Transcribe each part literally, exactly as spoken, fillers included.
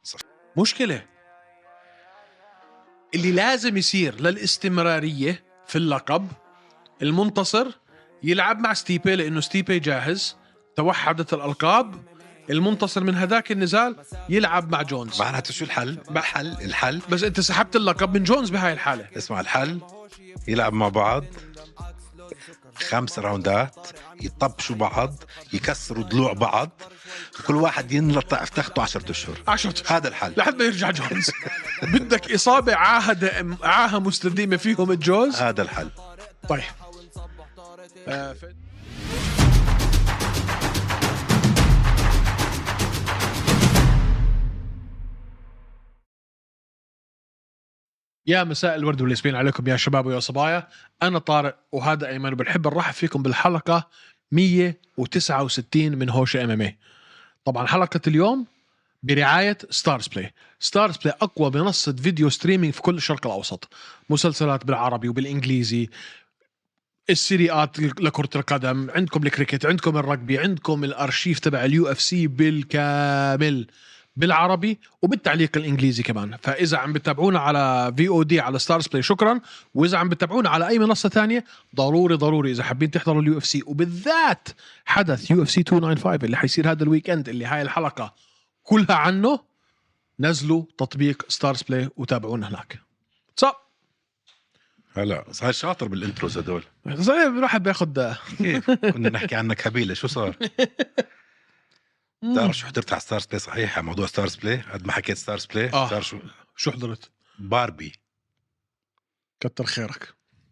مشكلة اللي لازم يصير للاستمرارية في اللقب، المنتصر يلعب مع ستيبي لأنه ستيبي جاهز، توحدت الألقاب، المنتصر من هذاك النزال يلعب مع جونز. معناته شو الحل؟ الحل الحل بس انت سحبت اللقب من جونز بهاي الحالة. اسمع الحل، يلعب مع بعض خمس راوندات، يطبشوا بعض، يكسروا ضلوع بعض، كل واحد ينلطع في تخته عشرة أشهر. عشرة هذا الحل لحد ما يرجع جونز. بدك إصابة عاهة عاهة مستديمة فيهم الجوز. هذا الحل. طيب آه ف... يا مساء الورد والياسمين عليكم يا شباب ويا صبايا. أنا طارق وهذا أيمن، وبنحب نرحب فيكم بالحلقة مية وتسعة وستين من هوشة ام ام اي. طبعا حلقة اليوم برعاية ستارز بلاي. ستارز بلاي أقوى منصة فيديو ستريمينج في كل الشرق الأوسط، مسلسلات بالعربي وبالإنجليزي، السيريات لكرة القدم، عندكم الكريكت، عندكم الرجبي، عندكم الأرشيف تبع اليو اف سي بالكامل بالعربي وبالتعليق الإنجليزي كمان. فإذا عم بتابعونا على في او دي على ستارز بلاي شكرا، وإذا عم بتابعونا على أي منصة تانية ضروري ضروري إذا حابين تحضروا اليو اف سي وبالذات حدث يو اف سي مئتين وخمسة وتسعين اللي حيصير هذا الويكند اللي هاي الحلقة كلها عنه، نزلوا تطبيق ستارز بلاي وتابعونا هناك. صح هلا صار شاطر بالانتروز هدول. زي الواحد بياخد كيف كنا نحكي عنك هبيله شو صار؟ تعرف شو حضرت على ستارز بلاي صحيح؟ على موضوع ستارز بلاي قد ما حكيت ستارز بلاي آه. صار شو شو حضرت؟ باربي. كتر خيرك.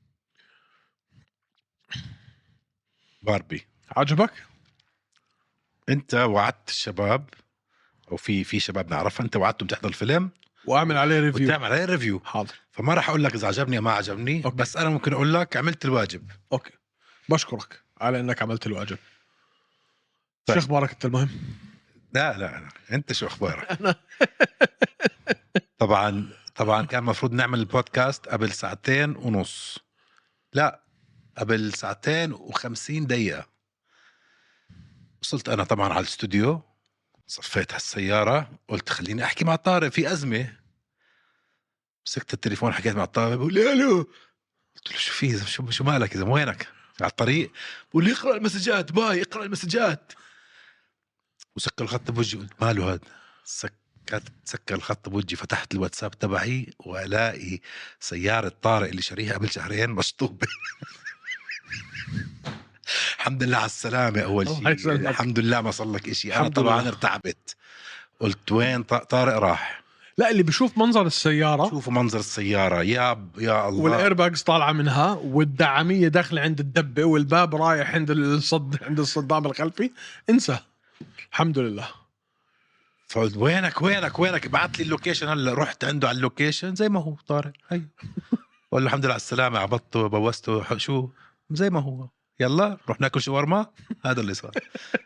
باربي عجبك؟ انت وعدت الشباب او في في شباب نعرفها، انت وعدتهم تحضر الفيلم واعمل عليه ريفيو. وتعمل عليه ريفيو. حاضر. فما راح اقول لك اذا عجبني او ما عجبني. أوكي. بس انا ممكن اقول لك عملت الواجب. اوكي بشكرك على انك عملت الواجب. طيب. شو اخبارك انت المهم؟ لا لا, لا. انت شو اخبارك؟ طبعا طبعا كان مفروض نعمل البودكاست قبل ساعتين ونص، لا قبل ساعتين وخمسين دقيقة. وصلت أنا طبعا على الاستوديو، صفيت هالسيارة، قلت خليني أحكي مع طارق في أزمة. مسكت التليفون حكيت مع طارق، بقول لي ألو. قلت له شو في شو, شو مالك إذا وينك على الطريق؟ بقول لي اقرأ المسجات باي اقرأ المسجات. وسكر الخط بوجهي، قلت ماله هذا؟ سكت سكر الخط بوجهي، فتحت الواتساب تبعي وألاقي سيارة طارق اللي شاريها قبل شهرين مشطوبة. الحمد لله على السلامة أول شيء. الحمد لله ما صار لك إشي. أنا طبعا لله. ارتعبت، قلت وين طارق راح؟ لا اللي بشوف منظر السيارة، شوفوا منظر السيارة يا يا الله، والايرباكس طالعة منها والدعامية داخلة عند الدبة والباب رايح عند الصد عند الصدام الخلفي، انسى. الحمد لله. فقلت وينك وينك وينك؟ بعت لي اللوكيشن، هلا رحت عنده على اللوكيشن زي ما هو طارق. هي قال له الحمد لله على السلامة، عبطته بوسته شو زي ما هو، يلا روح ناكل شاورما. هذا اللي صار.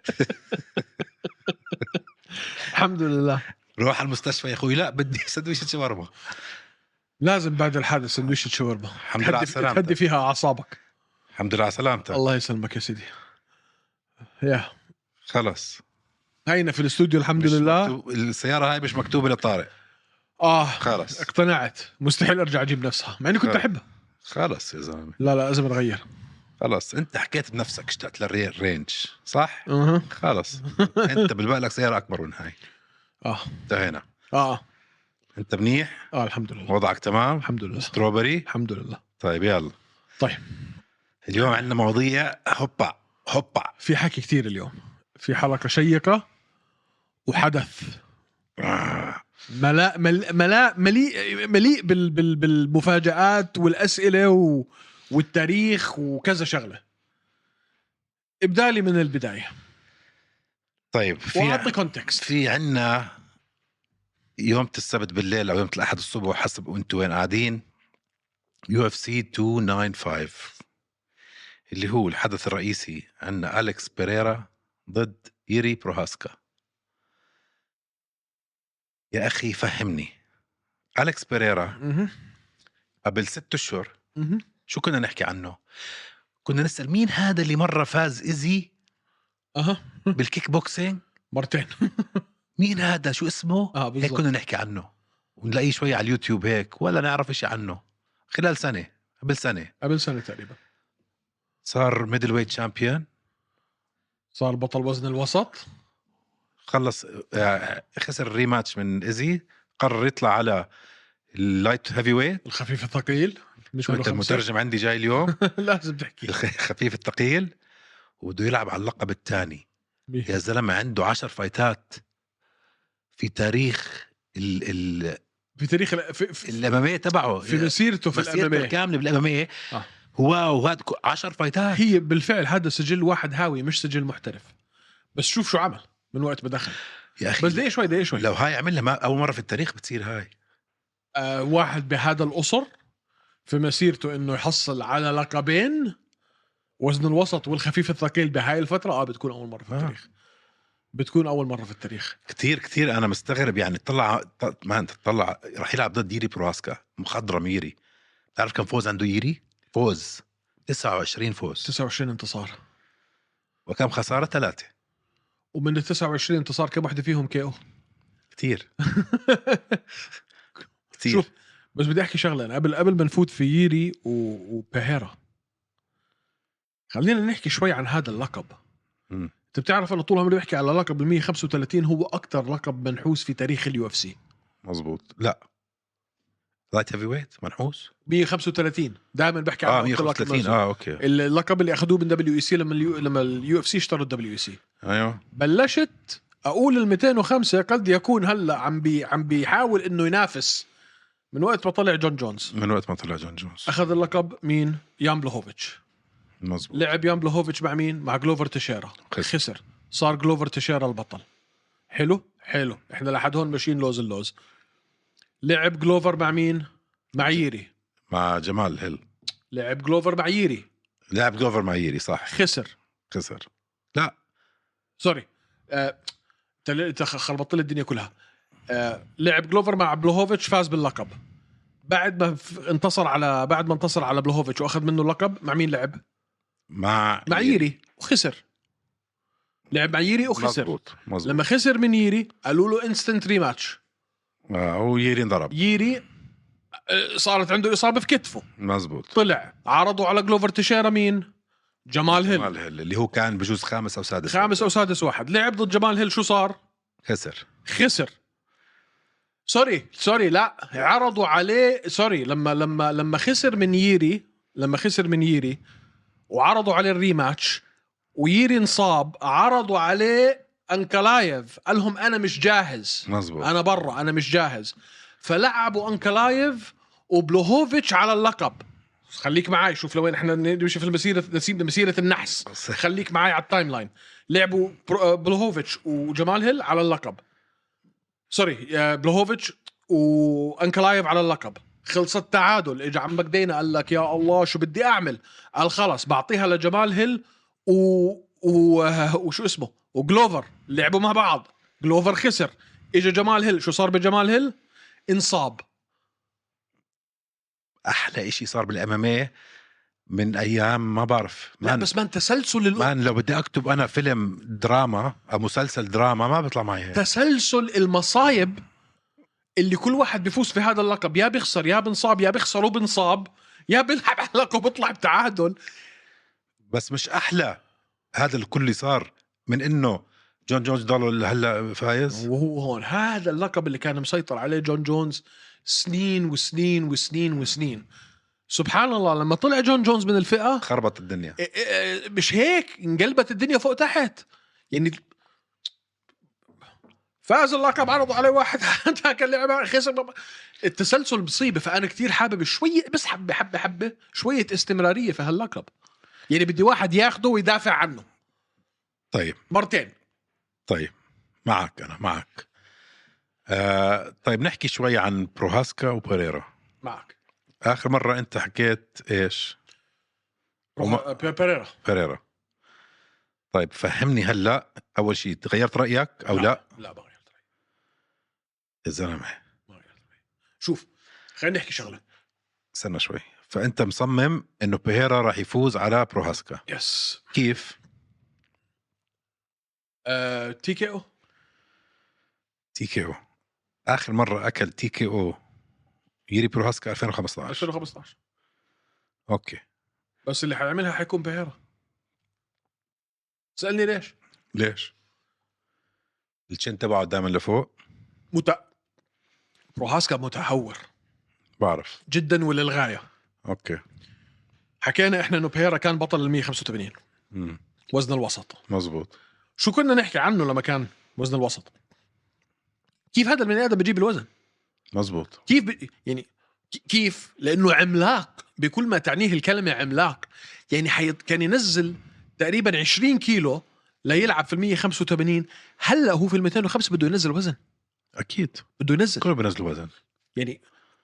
الحمد لله. روح على المستشفى يا اخوي. لا بدي سندويشة شاورما. لازم بعد الحادث سندويشة شاورما. الحمد لله على سلامتك. تهدي فيها اعصابك. الحمد لله على سلامتك. الله يسلمك يا سيدي. يا خلص هينا في الاستوديو الحمد لله. مكتوب. السيارة هاي مش مكتوبة لطارق. اه خلص اقتنعت. مستحيل ارجع اجيب نفسها مع اني كنت احبها. خلص يا زلمة. لا لا لازم اتغير. خلص انت حكيت بنفسك اشتقت للرينج صح؟ اها خلص انت بالبقى لك سيارة اكبر من هاي. اه انتهينا. اه انت منيح؟ اه الحمد لله. وضعك تمام؟ الحمد لله. ستروبري؟ الحمد لله. طيب يلا. طيب اليوم عندنا مواضيع هوبا هوبا. في حكي كتير اليوم، في حلقة شيقة وحدث آه. ملاء مل- ملاء مليء مليء بال بال بالمفاجآت والأسئلة و... والتاريخ وكذا شغلة. ابدالي من البداية. طيب في وأعطي كونتكست. في عنا يوم السبت بالليل او يوم الاحد الصبح حسب انتوا وين قاعدين، يو اف سي مئتين وخمسة وخمسين اللي هو الحدث الرئيسي. عنا أليكس بيريرا ضد ييري بروهاسكا. يا أخي فهمني، أليكس بيريرا مه. قبل ست أشهر مه. شو كنا نحكي عنه؟ كنا نسأل مين هذا اللي مرة فاز إيزي أها بالكيك بوكسينج مرتين. مين هذا شو اسمه اه هيك بالضبط. كنا نحكي عنه ونلاقيه شوي على اليوتيوب هيك ولا نعرف إشي عنه. خلال سنة قبل سنة قبل سنه تقريبا صار ميدل ويت شامبيون، صار بطل وزن الوسط. خلص آه، خسر الريماتش من إيزي، قرر يطلع على اللايت هيفي ويت. الخفيف الثقيل مش شو منه انت خمسة. المترجم عندي جاي اليوم. لازم تحكي. خفيف الثقيل وبده يلعب على اللقب الثاني. يا زلمة عنده عشر فايتات في تاريخ ال ال في تاريخ ال- في, في, الاماميه تبعه، في مسيرته في مسيرته الاماميه الكامله بالاماميه. آه. واو هاد عشر فايتات. هي بالفعل هذا سجل واحد هاوي مش سجل محترف. بس شوف شو عمل من وقت ما دخل. يا اخي بس دقيقة شوي دقيقة شوي. لو هاي عملها ما اول مره في التاريخ بتصير هاي. آه واحد بهذا القصر في مسيرته انه يحصل على لقبين وزن الوسط والخفيف الثقيل بهاي الفترة اه بتكون اول مرة في آه. التاريخ. بتكون اول مرة في التاريخ. كتير كتير انا مستغرب يعني. طلع ط- ما انت تطلع راح يلعب ضد ييري برواسكا مخضرم. ييري تعرف كم فوز عنده ييري؟ فوز تسعة وعشرين فوز تسعة وعشرين انتصار. وكم خساره؟ ثلاثه. ومن ال تسعة وعشرين انتصار كم واحدة فيهم كيو؟ كتير كتير. شوف بس بدي احكي شغله أنا قبل قبل ما نفوت في ييري و... وبيهيرا خلينا نحكي شوي عن هذا اللقب. مم. انت بتعرف انا طول عمري بحكي على لقب ال مية وخمسة وثلاثين هو اكثر لقب منحوس في تاريخ اليو اف سي. مزبوط. لا لايت هيفي ويت منحوس. مية وخمسة وثلاثين دائما بحكي اه على مية أكتر وخمسة لقب وثلاثين منحوس. اه اوكي. اللقب اللي اخذوه من دبليو اي سي لما اليو... لما اليو اف سي اشتروا الدبليو اي سي. ايوه بلشت اقول ال مئتين وخمسة قد يكون هلا عم بي عم بيحاول انه ينافس من وقت ما طلع جون جونز. من وقت ما طلع جون جونز اخذ اللقب مين؟ يان بلوهوفيتش. مزبوط. لعب يان بلوهوفيتش مع مين؟ مع جلوفر تشيرا. خسر. خسر. صار جلوفر تشيرا البطل. حلو حلو احنا لحد هون ماشيين لوز اللوز. لعب جلوفر مع مين؟ مع ييري. مع جمال هيل. لعب جلوفر مع ييري. لعب جلوفر مع ييري صح. خسر. خسر. لا سوري آه... انت خربطت لي الدنيا كلها. آه... لعب جلوفر مع بلوهوفيتش فاز باللقب. بعد ما ف... انتصر على بعد ما انتصر على بلوهوفيتش واخذ منه اللقب مع مين لعب؟ مع مع ييري وخسر. لعب مع ييري وخسر. مزبوط. مزبوط. لما خسر من ييري قالوا له انستنت ريماتش. آه هو ييري انضرب. ييري آه، صارت عنده إصابة في كتفه. مزبوط. طلع عرضوا على جلوفر تشيرا مين؟ جمال هيل. جمال هيل اللي هو كان بجوز خامس او سادس. خامس أو سادس واحد. لعب ضد جمال هيل شو صار؟ خسر. خسر. سوري سوري لا عرضوا عليه سوري لما لما لما خسر من ييري لما خسر من ييري وعرضوا عليه الريماتش وييري انصاب عرضوا عليه أنكلايف قال لهم أنا مش جاهز. مزبوط. أنا برا أنا مش جاهز. فلعبوا أنكلايف وبلوهوفيتش على اللقب. خليك معاي شوف لوين احنا نمشي في المسيرة نسيب مسيرة النحس. خليك معاي على التايم لاين. لعبوا بلوهوفيتش وجمال هيل على اللقب. سوري بلوهوفيتش وأنكلايف على اللقب. خلصت تعادل. اجى عمك دينا قال لك يا الله شو بدي اعمل؟ قال خلاص بعطيها لجمال هيل و... و... وشو اسمه وجلوفر. لعبوا مع بعض. جلوفر خسر. اجى جمال هيل شو صار بجمال هيل؟ انصاب. احلى اشي صار بالاماميه من ايام ما بعرف. لا بس ما تسلسل الأ... مان لو بدي اكتب انا فيلم دراما او مسلسل دراما ما بيطلع معي هيك. تسلسل المصايب اللي كل واحد بيفوز في هذا اللقب يا بيخسر يا بنصاب يا بيخسر وبنصاب يا بيلعب على اللقب وبيطلع بتعادل. بس مش احلى هذا الكل صار من انه جون جونز ضل هلا فايز. وهو هون هذا اللقب اللي كان مسيطر عليه جون جونز سنين وسنين وسنين وسنين. سبحان الله لما طلع جون جونز من الفئة خربت الدنيا. مش هيك انقلبت الدنيا فوق تحت يعني. فاز اللقب عرضوا عليه واحد كان لعبه خسر. التسلسل مصيبه. فانا كتير حابب شويه بس حبه حبه حبه شويه استمراريه في هاللقب. يعني بدي واحد ياخده ويدافع عنه. طيب مرتين. طيب معك انا معك. آه طيب نحكي شوي عن بروهاسكا وبيريرا. معك. اخر مره انت حكيت ايش؟ وما... بيريرا. بيريرا. طيب فهمني هلا اول شيء تغيرت رايك او لا؟ لا, لا بغيرت رايي يا زلمه. شوف خلينا نحكي شغله. استنى شوي. فانت مصمم انه بيريرا راح يفوز على بروهاسكا. يس. كيف؟ آه... تي كي او. تي كي او اخر مره اكل تي كي او ييري بروهاسكا ألفين وخمسطعش. ألفين وخمسطعش. اوكي بس اللي حيعملها حيكون بيريرا. سألني ليش؟ ليش؟ الشن تبعه دائما لفوق. مت... بروهاسكا متهور بعرف جدا وللغايه. اوكي حكينا احنا انه بيريرا كان بطل ال مية وخمسة وثمانين امم وزن الوسط. مزبوط. شو كنا نحكي عنه لما كان وزن الوسط؟ كيف هذا البني ادم بيجيب الوزن؟ مزبوط. كيف ب... يعني كيف؟ لانه عملاق بكل ما تعنيه الكلمه عملاق. يعني حي... كان ينزل تقريبا عشرين كيلو ليلعب في ال مية وخمسة وثمانين. هلا هو في ال مئتين وخمسة بده ينزل وزن. اكيد بده ينزل. كله بينزلوا وزن. يعني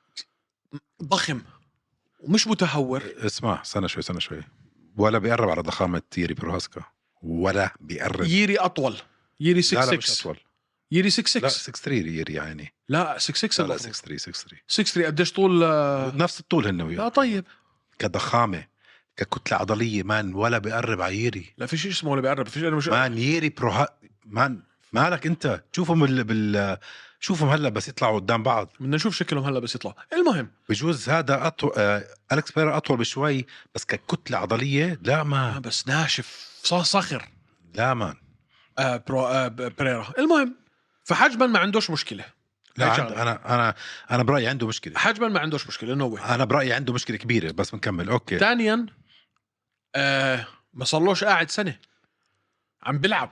ضخم ومش متهور. اسمع سنه شوي سنه شوي ولا بيقرب على ضخامه ييري بروهاسكا ولا بيقرب. ييري اطول. ييري ستة لا لا مش ستة. اطول. ييري ستة لا ستة. ستة ثلاثة ييري يعني. لا ستة ستة. لا لا ستة ثلاثة ستة ثلاثة. ستة ثلاثة قديش طول؟ آه، نفس الطول هن لا وياه. طيب. كضخامه ككتله عضليه مان ولا بيقرب على ييري. لا في شيء اسمه ولا بيقرب. فيش انا مش مان ييري بروها مان مالك انت شوفهم بال... بال... شوفهم هلا بس يطلعوا قدام بعض. بدنا نشوف شكلهم هلا بس يطلعوا. المهم بجوز هذا أطول آه... أليكس بيريرا أطول بشوي بس ككتلة عضلية لا آه ما بس ناشف ص- صخر. لا مان. آه برو آه ب- بريرا. المهم فحجما ما عندوش مشكله. لا هاي عند... شغلة. أنا أنا أنا برأيي عنده مشكلة. حجما ما عندوش مشكله نو. أنا برأيي عنده مشكلة كبيرة بس بنكمل أوكي. ثانيا آه ما صلوش قاعد سنه عم بلعب.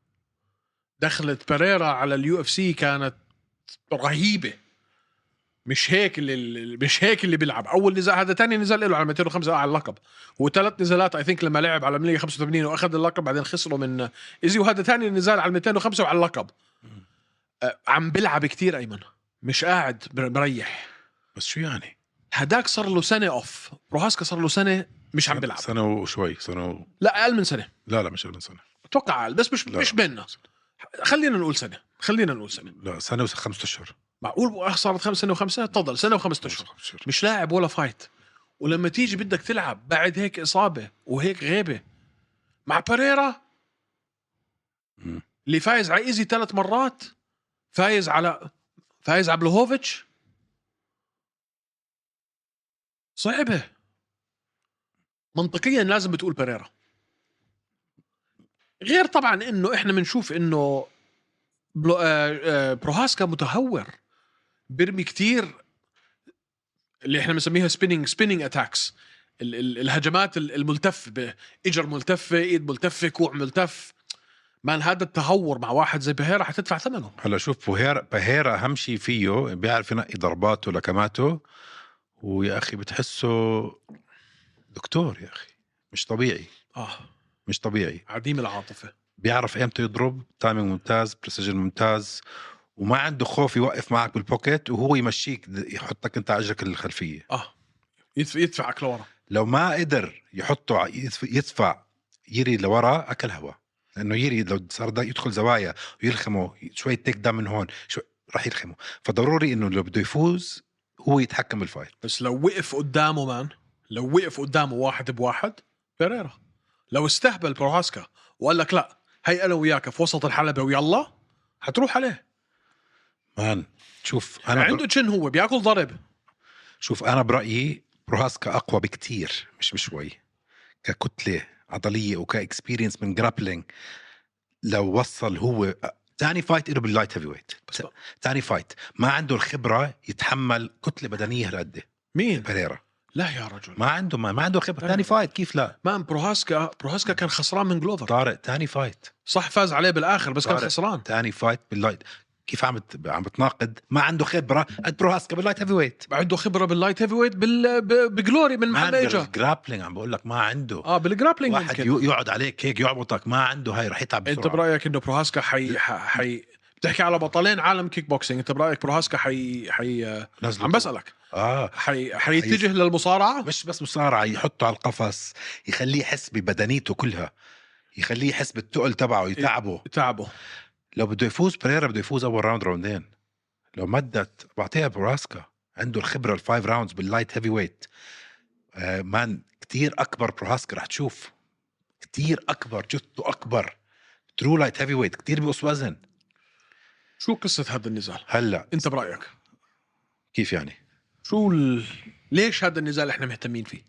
دخلت بريرا على اليو اف سي كانت رهيبه. مش هيك اللي مش هيك اللي بيلعب. اول نزال هذا تاني نزال له على مئتين وخمسة على اللقب. وثلاث نزالات اي ثينك لما لعب على مية وخمسة وثمانين واخذ اللقب بعدين خسروا من ايزي. وهذا ثاني نزال على مئتين وخمسة وعلى اللقب. أه عم بلعب كتير ايمن. مش قاعد بريح. بس شو يعني؟ هداك صار له سنه اوف. بروهاسكا صار له سنه مش عم بلعب. سنة وشوي سنة و... لا اقل من سنه. لا لا مش أقل من سنة. اتوقع اقل بس مش لا مش لا. بيننا. خلينا نقول سنه. خلينا نقول سنه. لا سنة وخمسة أشهر. معقول صارت خمس سنه وخمسه. تفضل سنه وخمسة اشهر. مش لاعب ولا فايت. ولما تيجي بدك تلعب بعد هيك إصابة وهيك غيبة مع بريرا مم. اللي فايز على إيزي ثلاث مرات. فايز على فايز على بلوهوفيتش. صعبة. منطقيا لازم بتقول بريرا. غير طبعا إنه إحنا بنشوف إنه بلو... آه... آه... بروهاسكا متهور. بيرمي كتير اللي إحنا بنسميها سبينينج سبينينج أتاكس. ال... ال... الهجمات الملتفة. إجر ملتفة إيد ملتفة كوع ملتف. مان هذا التهور مع واحد زي بهيرا حتدفع ثمنه. هلا شوف بهيرا بهيرا أهم شيء فيه بيعرف ينقي ضرباته لكماته. ويا أخي بتحسه دكتور يا أخي مش طبيعي. آه مش طبيعي. عديم العاطفة. بيعرف إمتى يضرب. تايمينج ممتاز. بريسيجن ممتاز. وما عنده خوف يوقف معك بالبوكيت وهو يمشيك يحطك انت على رجلك الخلفيه. اه يدفع يدفعك لورا. لو ما قدر يحطه يدفع ييري لورا اكل هوا. لانه ييري لو صار ده يدخل زوايا ويلخمه شوي تيك دام من هون شوي راح يلخمه. فضروري انه لو بده يفوز هو يتحكم بالفايت. بس لو وقف قدامه مان لو وقف قدامه واحد بواحد بيريرا. لو استهبل بروهاسكا وقال لك لا هي انا وياك في وسط الحلبة ويلا حتروح عليه. مان شوف انا يعني عنده تشن هو بياكل ضرب. شوف انا برايي بروهاسكا اقوى بكتير مش بشوي ككتله عضليه وكاكسبيرينس من جرابلينج. لو وصل هو تاني فايت له باللايت هيفي ويت. تاني فايت ما عنده الخبره يتحمل كتله بدنيه هالقد. مين بيريرا لا يا رجل ما عنده ما, ما عنده خبره. تاني فايت كيف لا مان بروهاسكا بروهاسكا كان خسران من جلوفر. طارق. تاني فايت صح فاز عليه بالاخر بس كان طارق. خسران. تاني فايت باللايت. كيف عم بت... عم بتناقض. ما عنده خبره قد بروهاسكا باللايت هيفي ويت. عنده خبره باللايت هيفي ويت بال... ب... بجلوري من محل اجى. بالجرابلينج عم بقول لك ما عنده. اه بالجرابلينج واحد ممكن. يقعد عليك هيك يعبطك ما عنده. هاي رح يتعب بسرعه. انت برايك انه بروهاسكا حي حي بتحكي على بطلين عالم كيك بوكسينج. انت برايك بروهاسكا حي حي عم بسالك اه حي حيتجه للمصارعه. مش بس مصارعه يحطه على القفص يخليه يحس ببدنيته كلها. يخليه يحس بالتقل تبعه يتعبه. تعبه. لو بده يفوز بريرا بده يفوز اول راوند راوندين. لو مدت بعطيها بروهاسكا. عنده الخبره الفايف راوندز باللايت هيفي ويت. آه مان كتير اكبر بروهاسكا رح تشوف. كتير اكبر جثته اكبر. ترو لايت هيفي ويت كتير بيقص وزن. شو قصة هذا النزال هلا انت برأيك؟ كيف يعني؟ شو ال... ليش هذا النزال احنا مهتمين فيه؟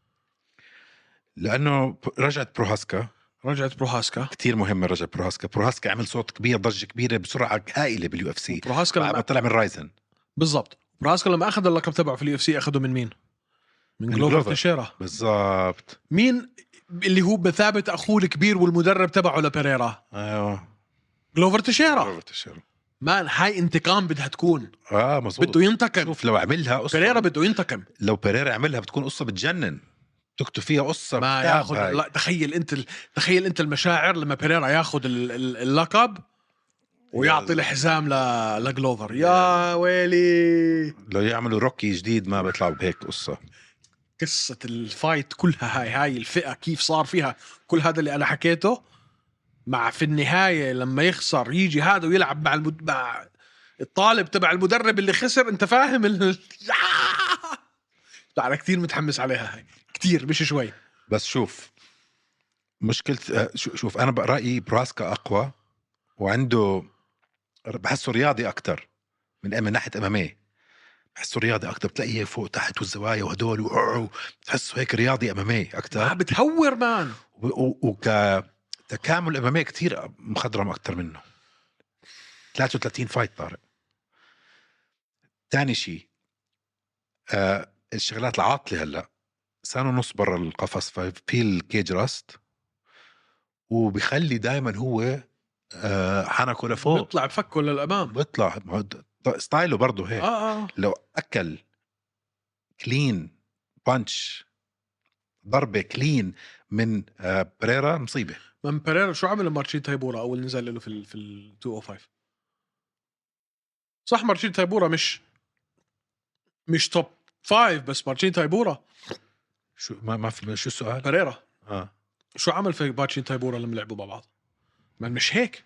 لانه رجعت بروهاسكا، رجعت بروهاسكا. كتير مهمه رجعت بروهاسكا. بروهاسكا عمل صوت كبير، ضجه كبيره بسرعه هائله باليو اف سي. بروهاسكا بعد لما ما طلع من رايزن. بالضبط. بروهاسكا لما اخذ اللقب تبعه في اليو اف سي اخذه من مين؟ من, من جلوفر جلوفر. تيشيرا. بالضبط. مين اللي هو بثابت اخوه الكبير والمدرب تبعه لبيريرا؟ ايوه جلوفر تيشيرا. جلوفر تيشيرا. مان هاي انتقام بدها تكون. اه مزبوط. بده ينتقم. شوف لو عملها قصه، بيريرا بده ينتقم. لو بيريرا عملها بتكون قصه بتجنن، تكتب فيها قصه ما كتاب ياخذ هاي. لا تخيل انت ال... تخيل انت المشاعر لما بيريرا ياخذ ال... ال- اللقب ويعطي الحزام ل... لجلوفر. يا ويلي لو يعملوا روكي جديد ما بيطلعوا بهيك قصه. قصة الفايت كلها هاي هاي الفئة كيف صار فيها كل هذا اللي أنا حكيته، مع في النهاية لما يخسر يجي هذا ويلعب مع المد... مع الطالب تبع المدرب اللي خسر. أنت فاهم ال... لا أنا كتير متحمس عليها هاي كتير مش شوي. بس شوف مشكلة، شوف أنا برأيي براسكا أقوى وعنده، بحسه رياضي أكتر من من ناحية أمامية. بحسه رياضي أكتر، بتلاقيه فوق تحت والزوايا وهدول و... تحسه هيك رياضي أمامية أكتر. ما بتهور مان. وكتكامل أمامية كتير مخضرم أكتر منه. ثلاثة وثلاثين فايت طارق. تاني شيء آه الشغلات العاطلة هلأ سنة نص برا القفص في الكيج راست، وبيخلي دايما هو آه حنكه لفوق، بيطلع بفكه للأمام، بيطلع ستايله برضه هيك. آه آه. لو أكل كلين بانش، ضربة كلين من آه بريرا مصيبة. من بيريرا شو عمل مارشين تايبورا أول نزال له في ال في ال مئتين وخمسة؟ صح مارشين تايبورا مش مش توب فايف، بس مارشين تايبورا. شو ما ما في شو السؤال؟ بيريرا اه شو عمل في مارشين تايبورا لما لعبوا مع بعض؟ ما مش هيك.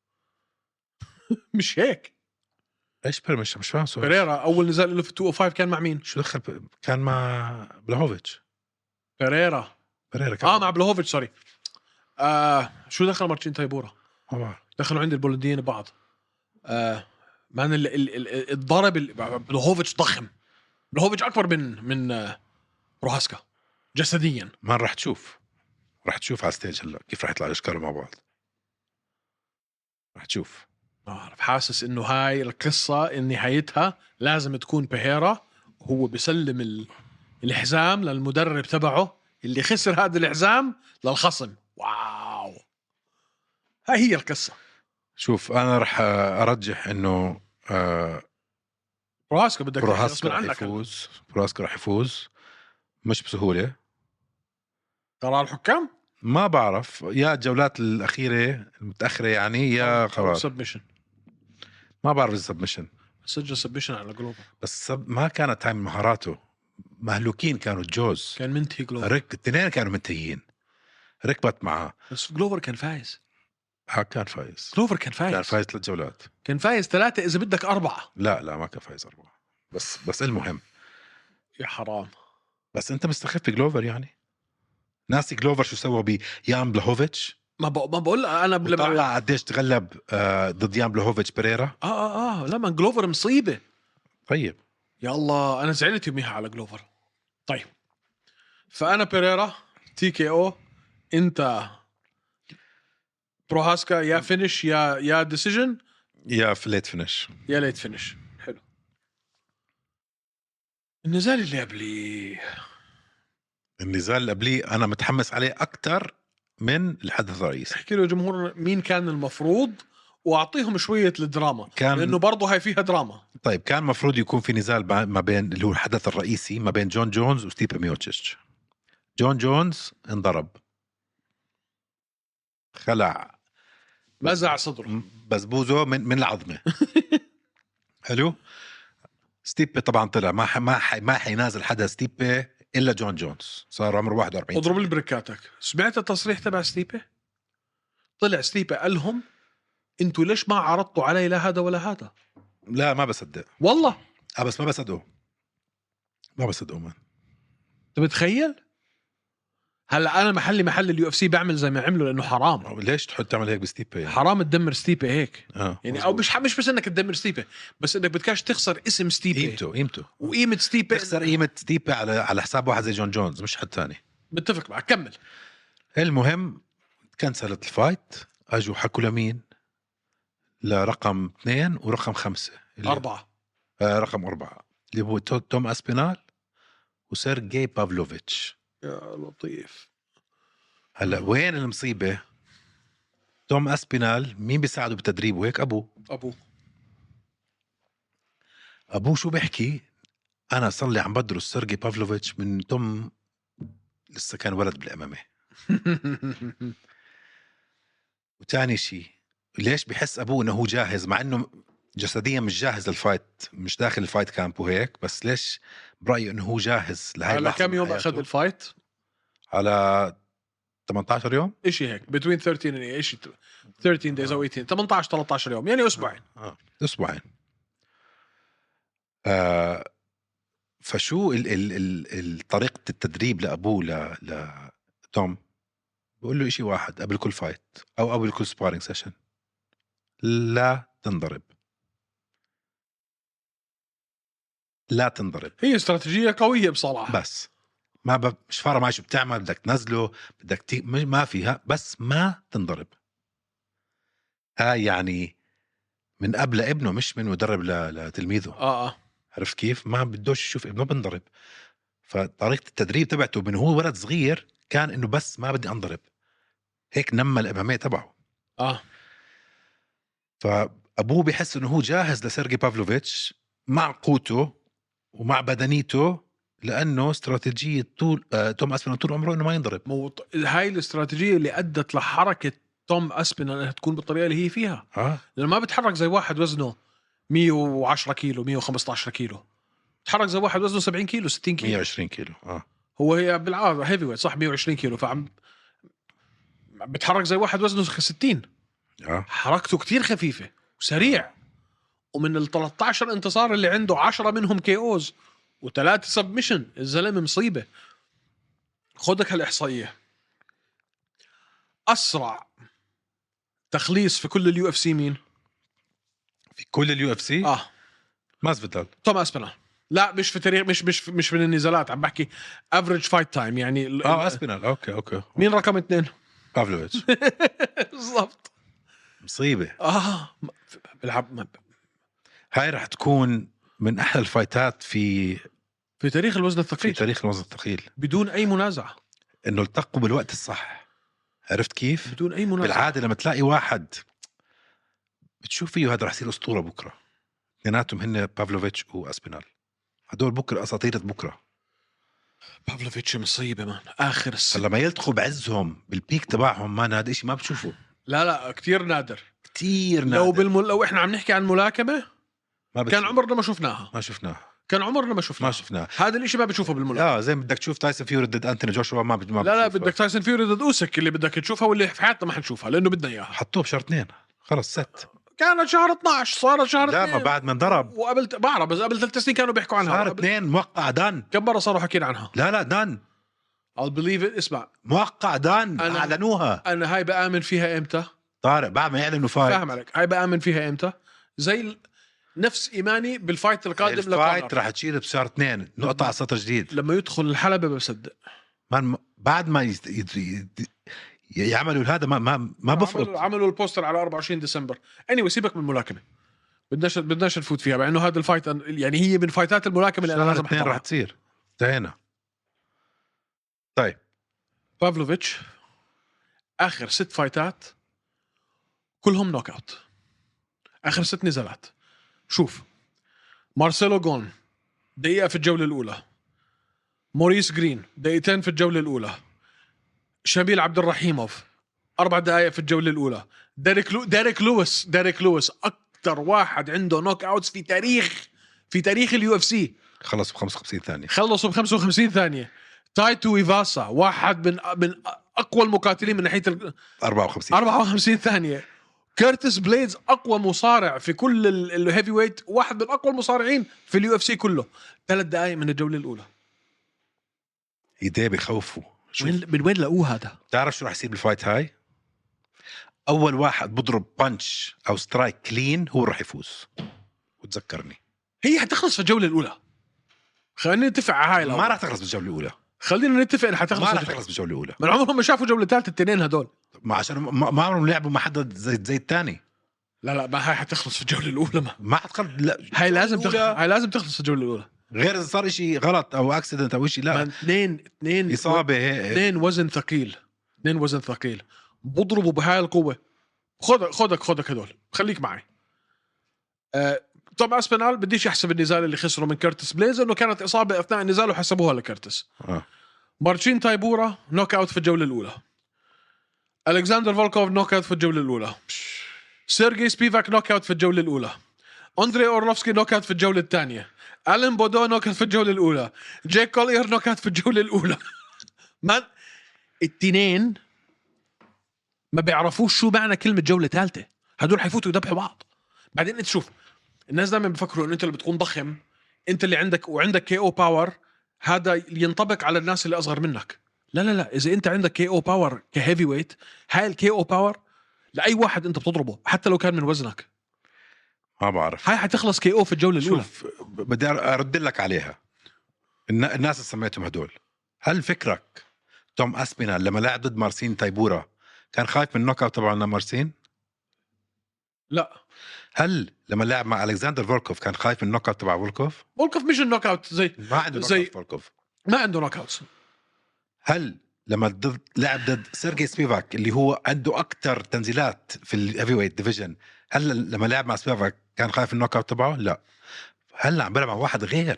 مش هيك. ايش بيريرا؟ مش مش فاهم سؤال. بيريرا اول نزال له في مئتين وخمسة كان مع مين؟ شو دخل ب... كان مع بلاهوفيتش. بيريرا بيريرا كان اه مع بلوهوفيتش سوري. آه شو دخل مارشين تايبورا؟ ما بعرف. دخلوا عند البولنديين بعض. آه مان ال- ال- ال- الضرب ال- بلوهوفيتش ضخم. بلوهوفيتش اكبر من من آه بروهاسكا جسديا. ما راح تشوف، راح تشوف على ستيج هلا كيف راح يطلعوا يشكروا مع بعض. راح تشوف. ما اعرف، حاسس انه هاي القصه ان نهايتها لازم تكون بيريرا وهو بيسلم ال... الحزام للمدرب تبعه اللي خسر هذا الحزام للخصم. واو هاي هي القصه. شوف انا راح ارجح انه آه بروهاسكا بدك بروهاسكا غصب راح عنك. يفوز. بروهاسكا راح يفوز مش بسهوله. قرار الحكام ما بعرف، يا الجولات الاخيره المتاخره يعني يا قرار. سبمشن. ما بعرف السبمشن. سجل سبمشن على جلوفر. بس سب... ما كانت هاي من مهاراته. مهلوكين كانوا الجوز. كان منتهي جلوفر. رك الاثنين كانوا منتهيين. ركبت معاه بس جلوفر كان فايز. ها كان فايز. جلوفر كان فايز. كان فايز ثلاث جولات. كان فايز ثلاثة إذا بدك أربعة. لا لا ما كان فايز أربعة. بس بس المهم يا حرام. بس أنت مستخف بجلوفر يعني. ناسي جلوفر شو سوى بيان بلاهوفيتش. ما بق... ما بقول أنا بل... طلع قديش تغلب آه ضد يان بلاهوفيتش بريرا. آه آه آه لما جلوفر مصيبة. طيب يا الله أنا زعلت يوميها على جلوفر. طيب فأنا بيريرا تي كي أو. أنت بروهاسكا يا فينش يا يا ديسيجن يا فليت فينش. يا ليت فينش. حلو. النزال اللي قبلي النزال اللي قبليه أنا متحمس عليه أكتر من الحدث الرئيسي. احكي له جمهور مين كان المفروض واعطيهم شويه الدراما كان... لانه برضه هاي فيها دراما. طيب كان مفروض يكون في نزال ما بين اللي هو الحدث الرئيسي ما بين جون جونز وستيبي ميوتشيتش. جون جونز انضرب، خلع مزع صدره بزبوزه من من العظمه. حلو. ستيبي طبعا طلع ما ح... ما ح... ما حينازل حدا ستيبي الا جون جونز، صار عمره واحد وأربعين. اضرب لي بركاتك. سمعت التصريح تبع ستيبي؟ طلع ستيبي قال لهم انتوا ليش ما عرضتوا علي لا هذا ولا هذا. لا ما بصدق والله. اه بس ما بصدقه ما بصدقه مان. انت متخيل هلا انا محلي محل اليو اف سي بعمل زي ما عملوا لانه حرام. ليش تحط تعمل هيك بستيبي يعني؟ حرام تدمر ستيبي هيك اه يعني، او مش مش بس انك تدمر ستيبي، بس انك بدكاش تخسر اسم ستيبي قيمته قيمته وقيمه ستيبي. تخسر قيمه ستيبي على على حساب واحد زي جون جونز مش حد ثاني. متفق معك كمل. المهم كنسلت الفايت، اجوا حكوا لمين؟ لرقم اثنين ورقم خمسة اللي أربعة آه رقم أربعة اللي هو تو- توم أسبينال وسيرجي بافلوفيتش. يا لطيف. هلا وين المصيبة؟ توم أسبينال مين بيساعده بتدريبه هيك؟ أبوه. أبوه أبوه شو بيحكي؟ أنا صار لي عم بدرس سيرجي بافلوفيتش من توم لسه كان ولد بالأمامي. وتاني شيء ليش بحس أبوه إنه هو جاهز مع إنه جسديا مش جاهز للفايت، مش داخل الفايت كامب وهيك، بس ليش برأيه إنه هو جاهز لهي على اللحظة كم يوم بحياته؟ أخذ الفايت؟ على ثمانية عشر يوم إشي هيك between ثلاثة عشر إشي ثلاثة عشر days أو ثمانية عشر ثمانية عشر ثلاثة عشر يوم يعني أسبوعين. آه. أسبوعين. آه فشو ال ال ال طريقة التدريب لأبوه ل لتوم؟ بقول له إشي واحد قبل كل فايت أو قبل كل سبارينج سيشن: لا تنضرب، لا تنضرب. هي استراتيجية قوية بصراحة. بس ما ب... مش فارقة معي شو بتعمل، بدك تنزله بدك تي... ما فيها، بس ما تنضرب. هاي يعني من قبل ابنه، مش من مدرب ل... لتلميذه. آه آه عرفت كيف؟ ما بدوش يشوف ابنه بنضرب. فطريقة التدريب تبعته من هو ولد صغير كان إنه بس ما بدي أنضرب، هيك نمى الأمامية تبعه. آه فأبوه بيحس إنه هو جاهز لسيرجي بافلوفيتش مع قوته ومع بدنيته، لأنه استراتيجية طول آه، توم أسبينال طول عمره إنه ما ينضرب. مو هاي الاستراتيجية اللي أدت لحركة توم أسبينال أنها تكون بالطريقة اللي هي فيها. آه. لأنه ما بتحرك زي واحد وزنه مية وعشرة كيلو مية وخمسة عشر كيلو، بتحرك زي واحد وزنه سبعين كيلو ستين كيلو مية وعشرين كيلو. آه. هو هي بالعادة هيفي ويت صح مية وعشرين كيلو، فعم بتحرك زي واحد وزنه ستين. آه. حركته كتير خفيفة وسريع، ومن ال ثلاثة عشر انتصار اللي عنده عشرة منهم كي اوز وثلاثة سبمشن. الزلمة مصيبة. خدك هالإحصائية: أسرع تخليص في كل اليو اف سي مين؟ في كل اليو اف سي اه ماسفيدال. توم أسبينال. لا مش في تاريخ، مش مش مش من النزالات، عم بحكي افريج فايت تايم يعني ال- اه اسبينال. اوكي اوكي. مين رقم اثنين؟ بافلوفيتش. بالضبط. مصيبة. اه بلعب هاي رح تكون من احلى الفايتات في في تاريخ الوزن في الثقيل تاريخ الوزن الثقيل، بدون اي منازعة. انه التقوا بالوقت الصح. عرفت كيف؟ بدون اي منازعة. بالعادة لما تلاقي واحد بتشوف فيه هذا رح يصير اسطورة بكرة، اثنيناتهم هن بافلوفيتش واسبينال، هدول بكرة اساطير بكرة. بافلوفيتش مصيبة مان آخر السنة. فلما يلتقوا بعزهم بالبيك تبعهم، ما هذا إشي ما بتشوفه. لا لا كتير نادر، كتير نادر. لو بالمل... لو احنا عم نحكي عن ملاكمة ما كان عمرنا ما شفناها. ما شفناها كان عمرنا ما شفناها. ما شفناها. هذا الاشي ما بتشوفه بالملاكمة. اه زي ما بدك تشوف تايسون فيوري ضد انتوني جوشوا، ما بد... ما لا لا بتشوفها. بدك تايسون فيوري ضد اوسك اللي بدك تشوفها واللي في حياتنا ما حنشوفها لانه بدنا اياها. حطوه بشهر اثنين خلص ست. كانت شهر اثناشر صارت شهر لا اثنين. ما بعد ما انضرب. وقبل بعرف بس قبل ثلاث سنين كانوا بيحكوا عنها. شهر قبل... اثنين موقع دان. كم مرة صاروا حكينا عنها. لا لا دان I'll believe it. اسمع موقع دان أنا... اعلنوها. انا هاي بآمن فيها امتى؟ طارق بعد ما يعلنوا فايت. فاهم عليك. هاي بآمن فيها امتى؟ زي ال... نفس ايماني بالفايت القادم. الفايت راح تشيل بشهر اثنين نقطة على سطر جديد. لما يدخل الحلبة بصدق. من بعد ما يست... يد... يد... يعملوا هذا ما ما ما بفرط. عملوا, عملوا البوستر على أربعة وعشرين ديسمبر. اني anyway, سيبك من الملاكمة، بدناش بدناش نفوت فيها مع انه هذا الفايت يعني هي من فايتات الملاكمة اللي انا شهر لازم اثنين راح احضرها. تصير. انتهينا. طيب بافلوفيتش اخر ست فايتات كلهم نوك اوت. اخر ست نزالات. شوف: مارسيلو جون دقيقة في الجولة الأولى، موريس جرين دقيقتين في الجولة الأولى، شبيل عبد الرحيموف أربع دقائق في الجولة الأولى، ديريك لو... ديريك لويس ديريك لويس أكتر واحد عنده نوك أوتس في تاريخ في تاريخ اليو اف سي، خلص ب خمسة وخمسين ثانية. خلصوا ب خمسة وخمسين ثانية. تايتو إيفاسا واحد من من أقوى المقاتلين من ناحية ال... أربعة وخمسين أربعة وخمسين ثانية. كيرتس بليدز أقوى مصارع في كل الهيفي ويت، واحد من أقوى المصارعين في اليو اف سي كله، ثلاث دقائق من الجولة الأولى. ايديه بخوفوا. شوف. وين من وين لقوه هذا؟ تعرف شو راح يصير بالفايت هاي؟ اول واحد بضرب بانش او سترايك كلين هو راح يفوز. وتذكرني هي حتخلص في الجوله الاولى. خلينا نتفق على هاي الأول. ما راح تخلص بالجوله الاولى. خلينا نتفق انها حتخلص ما راح الج- تخلص بالجوله الاولى. من عمرهم ما شافوا جوله ثالثه التنين هدول. ما عشان ما ما عمرهم لعبوا مع حدا زي زي الثاني. لا لا ما هاي حتخلص في الجوله الاولى. ما ما حتخلص. لا هاي لازم تخ... الأولى. هاي لازم تخلص في الجوله الاولى. غير اذا صار إشي غلط او اكسيدنت او إشي. لا اثنين اثنين اصابه هيك. اثنين وزن ثقيل. اثنين وزن ثقيل بضربوا بهاي القوه. خذ خذك خذك هدول خليك معي. آه... توم اسبينال بديش يحسب النزال اللي خسره من كيرتس بليز انه كانت اصابه اثناء النزال وحسبوها لكيرتس. آه. مارتشين تايبورا نوك اوت في الجوله الاولى. الكسندر فولكوف نوك اوت في الجوله الاولى. سيرجي سبيفاك نوك اوت في الجوله الاولى. أندري أورلوفسكي نوك اوت في الجوله الثانيه. ألين بودو نوك اوت في الجوله الاولى. جيك كولير نوك اوت في الجوله الاولى. من التنين ما بيعرفوش شو معنى كلمه جوله ثالثه. هدول حيفوتوا يذبحوا بعض. بعدين انت شوف الناس دائما بفكروا انه انت اللي بتكون ضخم انت اللي عندك وعندك كي او باور هذا ينطبق على الناس اللي اصغر منك. لا لا لا اذا انت عندك كي او باور كهيفي ويت هاي الكي او باور لاي واحد انت بتضربه حتى لو كان من وزنك. ما بعرف. هاي حتخلص كي او في الجوله الاولى. شوف بدي ارد لك عليها. النا- الناس اللي سميتهم هدول هل فكرك توم اسبينال لما لعب ضد مارسين تايبورا كان خايف من النوك اوت تبع مارسين؟ لا هل لما لعب مع الكسندر فولكوف كان خايف من النوك اوت تبع فولكوف؟ فولكوف مش النوك اوت زي ما عنده نوك زي- اوت فولكوف. ما عنده نوك اوت. هل لما ضد لعب ضد سيرجي سبيفاك اللي هو عنده اكثر تنزيلات في الهيفي ويت ديفيجن هل لما لعب مع سبيفاك كان خايف النوك اوت تبعه؟ لا. هلا عم بلعب مع واحد غير.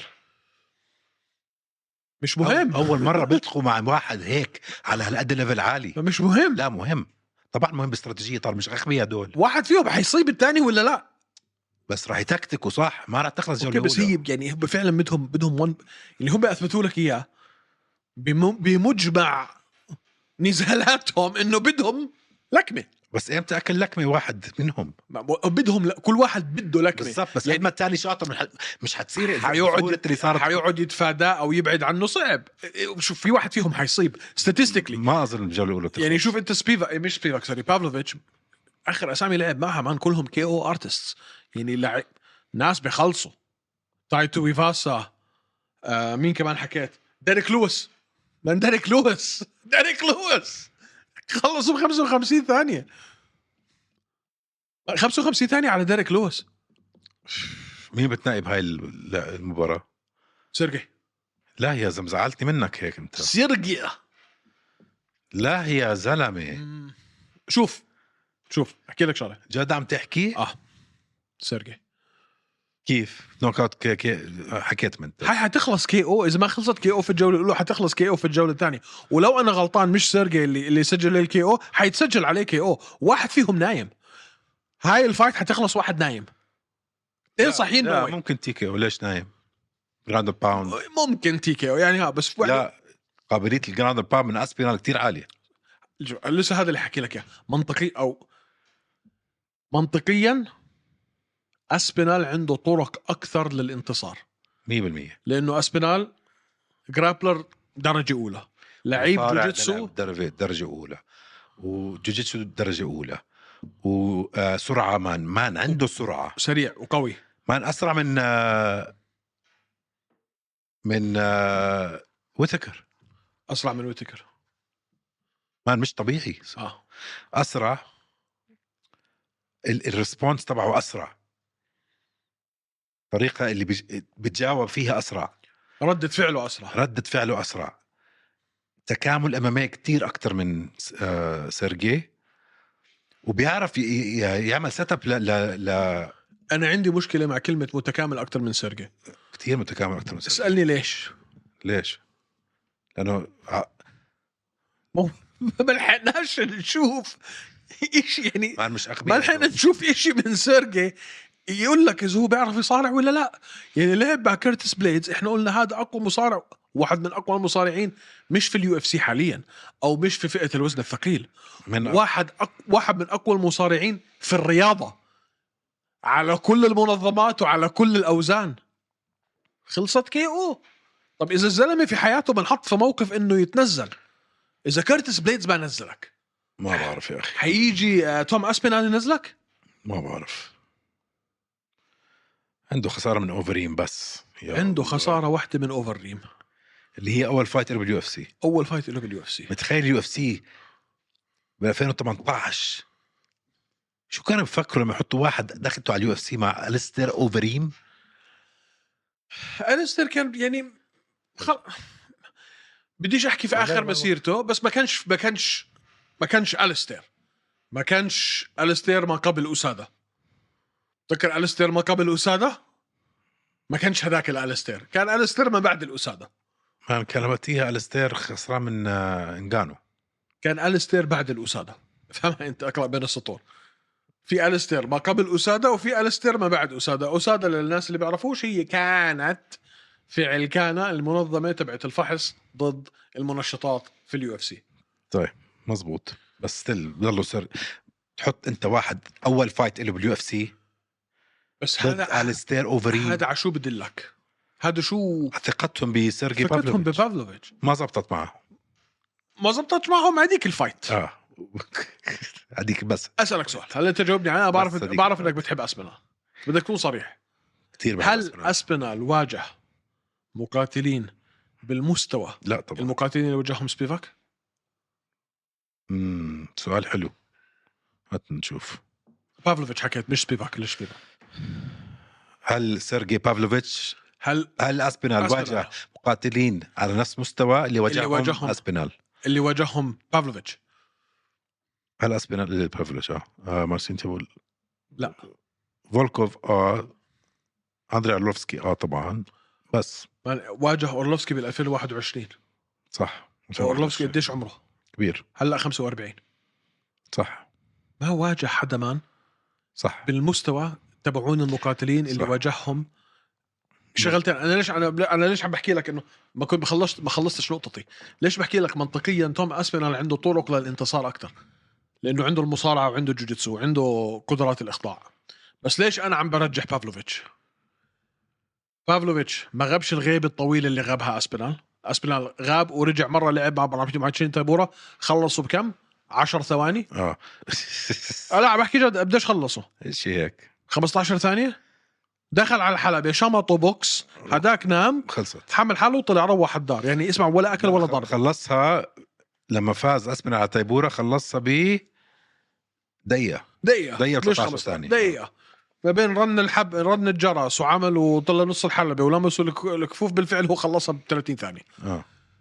مش مهم. أو- اول مره بيلتقوا مع واحد هيك على هالقد ليفل عالي. مش مهم. لا مهم طبعا مهم باستراتيجيه. طار مش اغبياء دول واحد فيهم حيصيب الثاني ولا لا. بس راح يتكتكوا صح. ما راح تخلص اوكي جوله بس هي يعني هم فعلا بدهم بدهم ون... اللي هم اثبتوا لك اياه بم... بمجمع نزالاتهم انه بدهم لكمه. بس امتى اكل لكمه واحد منهم؟ بدهم ل... كل واحد بده لكمه. بالضبط. بس يعني يعني الثاني شاطر مش, ح... مش حتصير حيقعد اللي صارت. حيقعد يتفاداه او يبعد عنه صعب. شوف في واحد فيهم حيصيب statistically. ما اظن بالجوله الاولى تخلص. يعني شوف انت سبيفا مش سبيفاك سوري بافلوفيتش اخر اسامي لعب معها مان كلهم كي او ارتستس. يعني لعب ناس بيخلصوا. تايتو ويفاسا. آه مين كمان حكيت ديريك لويس. من ديريك لويس ديريك لويس خلصوا ب خمسة وخمسين ثانيه. خمسة وخمسين ثانيه على ديريك لويس. مين بتنايب هاي ال- المباراه؟ سيرجي. لا يا زلمه زعلتني منك هيك انت. سيرجي. لا يا زلمه شوف شوف احكي لك شغله. جد عم تحكي؟ اه سيرجي كيف نوك اوت كي كي حكيت من هاي حتخلص كي او. اذا ما خلصت كي او في الجوله الاولى حتخلص كي او في الجوله الثانيه. ولو انا غلطان مش سيرجي اللي اللي سجل الكي او حيتسجل عليه كي او. واحد فيهم نايم. هاي الفايت حتخلص واحد نايم. اثنين صحيين. لا نوي. ممكن تيكي وليش نايم؟ جراند باوند. ممكن تي كي او يعني ها بس واحد. لا قابليه الجراند باوند من اسبينال كتير عاليه. جو- لسه هذا اللي حكي لك اياه منطقي او منطقيا اسبينال عنده طرق اكثر للانتصار. مية بالمية. لانه اسبينال جرابلر درجه اولى. لعيب مصارع جوجيتسو لعب درجه درجه اولى وجوجيتسو درجه اولى وسرعه. مان مان عنده سرعه. سريع وقوي. مان اسرع من آه، من آه، ويتكر. اسرع من ويتكر. مان مش طبيعي. اه اسرع. ال- الريسبونس تبعه اسرع. الطريقه اللي بيج- بتجاوب فيها اسرع. ردة فعله اسرع. ردة فعله اسرع. تكامل اماميه كتير اكتر من آه، سيرجي. وبيعرف ي- ي- يعمل سيت اب ل ل ل انا عندي مشكله مع كلمه متكامل اكثر من سيرجي. كتير متكامل اكتر من سيرجي. اسالني ليش. ليش؟ لانه ع- مو ما لحقناش نشوف ايش يعني. مان مش ما اغبياء. لحقنا نشوف إشي من سيرجي يقول لك اذا هو بيعرف يصارع ولا لا. يعني لعب مع كيرتس بليدز احنا قلنا هذا اقوى مصارع واحد من اقوى المصارعين مش في اليو اف سي حاليا او مش في فئه الوزن الثقيل. من واحد أق... واحد من اقوى المصارعين في الرياضه على كل المنظمات وعلى كل الاوزان. خلصت كي او. طب اذا الزلمه في حياته بنحط في موقف انه يتنزل اذا كيرتس بليدز ما نزلك ما بعرف يا اخي. حيجي آه، توم اسبينال ينزلك. ما بعرف. عنده خساره من اوفريم بس. عنده الله. خساره واحده من اوفريم اللي هي اول فايت له باليو اف سي. اول فايت له باليو اف سي. متخيل اليو اف سي ب ألفين وثمانية عشر شو كانوا بفكروا لما يحطوا واحد دخلته على اليو اف سي مع أليستر اوفريم؟ أليستر كان يعني خل... بديش احكي في اخر مسيرته بس ما كانش ما كانش ما كانش أليستر ما كانش أليستر ما قبل أسادة. تذكر أليستر ما قبل أسادة ما كانش هذاك الأليستر. كان أليستر ما بعد الأسادة. كان كلمتيها أليستر خسران من انغانو. كان أليستر بعد الأسادة. فهمها انت اقرأ بين السطور. في أليستر ما قبل أسادة وفي أليستر ما بعد أسادة. أسادة للناس اللي بيعرفوش هي كانت فعل كان المنظمة تبعت الفحص ضد المنشطات في اليو اف سي. طيب مزبوط بس ستيل بضلوا سر تحط انت واحد اول فايت له باليو اف سي بس هذا أليستر اوفريم. هذا عشو بدلك هذا شو ثقتهم بسيرجي ثقتهم بافلوفيتش ببافلوفيتش ما زبطت معه. ما زبطتش معهم هذيك الفايت. اه هذيك بس. اسالك سؤال هل انت جاوبني عنها؟ بعرف بعرف انك بتحب اسبينال بدك تكون صريح كثير. هل أسبينال. اسبينال واجه مقاتلين بالمستوى لا طبعا المقاتلين اللي وجههم سبيفاك؟ امم سؤال حلو. هات نشوف. بافلوفيتش حكيت مش سبيفاك. ليش سبيفاك؟ هل سيرجي بافلوفيتش هل هل اسبينال, أسبينال واجه مقاتلين على نفس مستوى اللي واجههم, اللي واجههم اسبينال اللي واجههم بافلوفيتش؟ هل اسبينال اللي بافلوفيتش اه, آه مارسين تقول لا فولكوف اه اندري أورلوفسكي اه طبعا بس واجه أورلوفسكي بال ألفين وواحد وعشرين صح. أورلوفسكي قديش عمره؟ كبير هلا خمسة وأربعين صح. ما واجه حدا مان صح بالمستوى تبعون المقاتلين اللي صح. واجههم شغلتين. انا ليش انا انا ليش عم بحكي لك انه ما كنت بخلصت ما خلصتش نقطتي. ليش بحكي لك منطقيا توم اسبينال عنده طرق للانتصار اكثر لانه عنده المصارعه وعنده جوجيتسو وعنده قدرات الاخضاع. بس ليش انا عم برجح بافلوفيتش؟ بافلوفيتش ما غابش الغيبه الطويله اللي غابها اسبينال. اسبينال غاب ورجع مره لعب مع مارتين تايبورا خلصوا بكم عشر ثواني. اه لا عم بحكي جد بديش خلصوا ايش هيك خمسة عشر ثانيه. دخل على الحلبة شمطوا بوكس هداك نام خلصت حمل حاله وطلع روح الدار. يعني اسمع ولا أكل ولا ضرب. خلصها لما فاز أسبينال على تايبورا خلصها ب دقيقة دقيقة دقيقة ثلاثة عشر ثانية دقيقة ما بين رن الحب رن الجرس وعمل وطلع نص الحلبة ولمسوا الكفوف بالفعل هو خلصها ب ثلاثين ثانية. آه.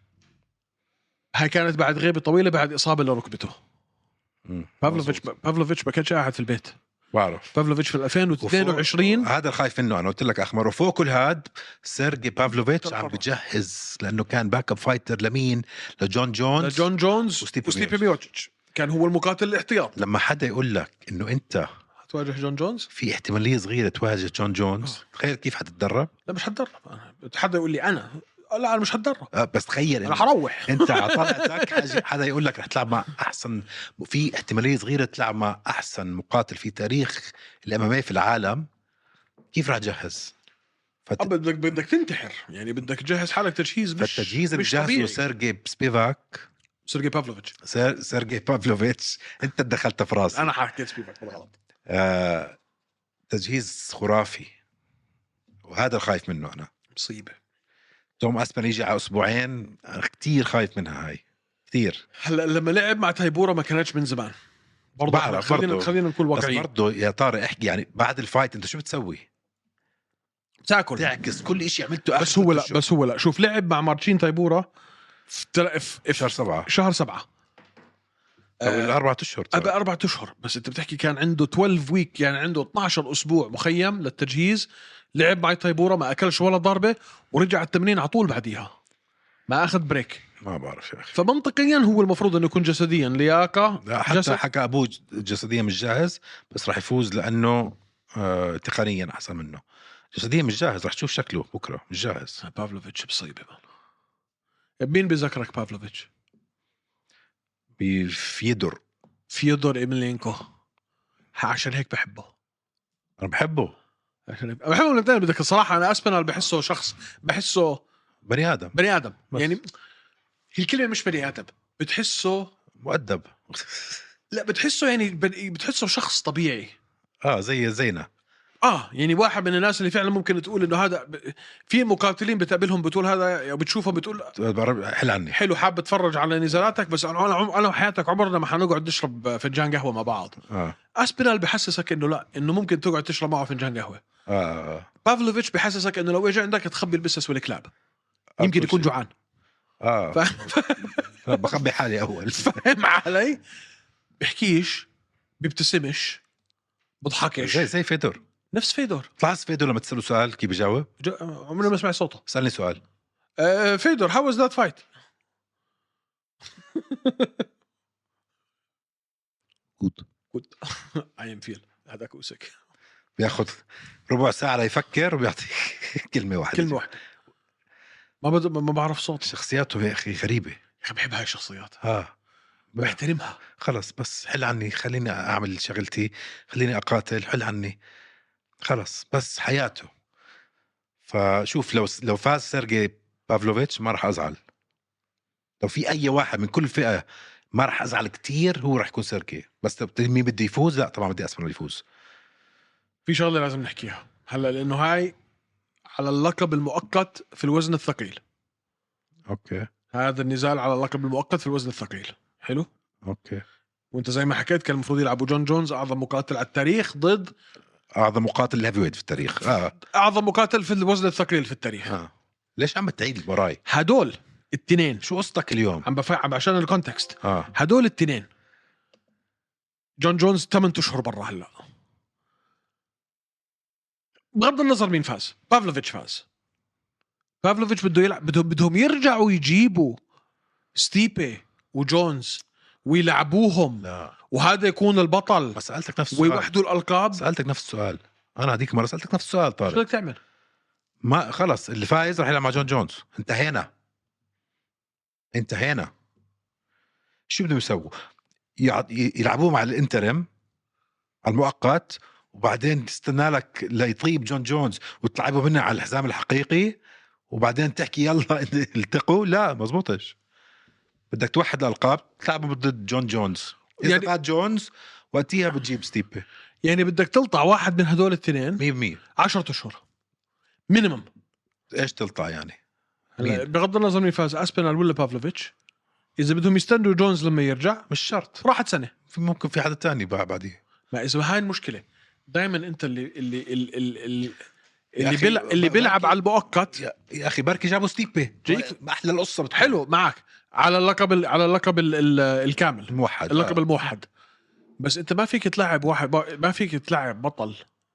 هاي كانت بعد غيبة طويلة بعد إصابة لركبته. بافلوفيتش بافلوفيتش ما كانش قاعد في البيت. بعرف بافلوفيتش في ألفين واثنين وعشرين هذا الخايف منه. انا قلت لك اخمر وفوق كل هاد سيرجي بافلوفيتش عم بجهز لانه كان باك اب فايتر لمين لجون جونز لجون جونز وستيبي ميوتش كان هو المقاتل الاحتياط. لما حدا يقول لك انه انت تواجه جون جونز في احتماليه صغيره تواجه جون جونز تخيل كيف حتتدرب. لا مش حتدرب انا حدا يقول لي انا لا انا مش حتدرب أه بس تخيل انا حروح انت على طلعتك حدا يقول لك رح تلعب مع احسن في احتماليه صغيره تلعب مع احسن مقاتل في تاريخ الامامي في العالم. كيف رح تجهز؟ فت... بدك بدك تنتحر يعني بدك تجهز حالك تجهيز مش التجهيز اللي جهزه سيرجي سبيفاك سيرجي بافلوفيتش سير... سيرجي بافلوفيتش انت دخلت في راسي. انا حكيت سبيفاك بالغلط. آه... تجهيز خرافي وهذا الخايف منه انا. مصيبه. توم اسبن يجي على اسبوعين انا كتير خايف منها هاي كتير. هلا لما لعب مع تايبورا ما كانتش من زمان برضه. خلينا خلينا نكون واقعيين. بس برضه يا طارق احكي يعني بعد الفايت انت شو بتسوي؟ تاكل تعكس كل إشي عملته. بس هو لا الشو. بس هو لا شوف لعب مع مارتشين تايبورا في, تل... في شهر سبعة شهر سبعة قبل آه أربعة أشهر قبل أربعة أشهر. بس أنت بتحكي كان عنده اثنا عشر ويك يعني عنده اثنا عشر أسبوع مخيم للتجهيز. لعب مع تايبورا ما أكلش ولا ضربة ورجع التمرين على طول بعديها ما أخذ بريك. ما بعرف يا أخي. فمنطقيا هو المفروض إنه يكون جسديا لياقة. لا حتى جسد. حكى أبوه جسديا مش جاهز بس راح يفوز لأنه آه تقنيا أحسن منه. جسديا مش جاهز راح تشوف شكله بكرة مش جاهز. بافلوفيتش بصيبة مين بذكرك بافلوفيتش؟ بفيدور فيودور إيميلينكو. عشان هيك بحبه. أنا بحبه عشان هيك بحبه من الاثنين. بدك الصراحة أنا أسبينال بحسه شخص بحسه بني آدم بني آدم بس. يعني الكلمة مش بني آدم بتحسه مؤدب. لا بتحسه يعني بتحسه شخص طبيعي. اه زي زينا. اه يعني واحد من الناس اللي فعلا ممكن تقول انه هذا ب... في مقاتلين بتقابلهم بتقول هذا بتشوفه بتقول حل عني حلو، حاب اتفرج على نزالاتك بس انا عم... انا وحياتك عمرنا ما حنقعد نشرب فنجان قهوه مع بعض. اه اسبينال بحسسك انه لا، انه ممكن تقعد تشرب معه فنجان قهوه. اه بافلوفيتش بحسسك انه لو اجى عندك تخبي البسس والكلاب، يمكن يكون شيء. جوعان. اه ف... بخبي حالي اول. فاهم علي؟ بحكيش، بيبتسمش، بضحكش، زي زي فيدور. نفس فيدور. طلعت فيدور لما تسأله سؤال كيف بجاوب؟ ج... عمرنا ما سمعت صوته. سألني سؤال. uh, فيدور how was that fight؟ good good I am feel هذاك وسك. بياخذ ربع ساعة ليفكر وبيعطيك كلمة واحدة. كلمة واحدة. ما بد... ما بعرف صوت. شخصياته يا أخي غريبة. يا أخي بحب هاي الشخصيات. اه بحترمها. خلص بس حل عني، خليني أعمل شغلتي، خليني أقاتل، حل عني خلص بس حياته. فشوف لو لو فاز سيرجي بافلوفيتش ما راح أزعل. لو في أي واحد من كل فئة ما راح أزعل كتير هو راح يكون سيرجي. بس مين بدي يفوز؟ لا طبعا بدي أسبينال يفوز. في شغلة لازم نحكيها هلا لأنه هاي على اللقب المؤقت في الوزن الثقيل. أوكي. هذا النزال على اللقب المؤقت في الوزن الثقيل. حلو. أوكي. وانت زي ما حكيت كان المفروض يلعبوا جون جونز أعظم مقاتل على التاريخ ضد أعظم مقاتل الهيفي ويت في التاريخ. آه. أعظم مقاتل في الوزن الثقيل في التاريخ. آه. ليش عم تعيد وراي؟ هدول التنين شو قصتك اليوم؟ عم بفهم عشان الكونتكست. آه. هدول التنين جون جونز ثمانية أشهر برا هلا. بغض النظر مين فاز، بافلوفيتش فاز. بافلوفيتش بده يلعب، بدهم بدهم يرجعوا يجيبوا ستيبي وجونز ويلعبوهم. لا. وهذا يكون البطل. بس سألتك نفس السؤال. ويوحدوا الألقاب. سألتك نفس السؤال. أنا هذيك مرة سألتك نفس السؤال طارق. شو بدك تعمل؟ ما خلص اللي فايز راح يلعب مع جون جونز. انتهينا انتهينا. شو بدهم يسووا؟ يلعبوه مع الانترم على المؤقت وبعدين تستنى لك ليطيب جون جونز وتلعبوا منه على الحزام الحقيقي وبعدين تحكي يلا التقوا. لا مزبوطش. بدك توحد الألقاب تلعبوا ضد جون جونز. إذا يعني فات جونز وقتها بتجيب ستيبي. يعني بدك تلطع واحد من هدول الاثنين مية بالمية عشرة أشهر مينيمم. ايش تلطع يعني؟ بغض النظر مين فاز اسبينال ولا بافلوفيتش، اذا بدهم يستنوا جونز لما يرجع مش شرط راحت سنه. في ممكن في حدا تاني بعديه. ما اذا هاي المشكله دائما انت اللي اللي اللي اللي, اللي, بيلعب اللي بيلعب على المؤقت. يا, يا اخي بركي جابوا ستيبي جيك احلى القصه بتكون. حلو معك على اللقب ال... على اللقب ال... ال... الكامل الموحد. اللقب آه. الموحد. بس انت ما فيك تلعب واحد، ما فيك تلعب بطل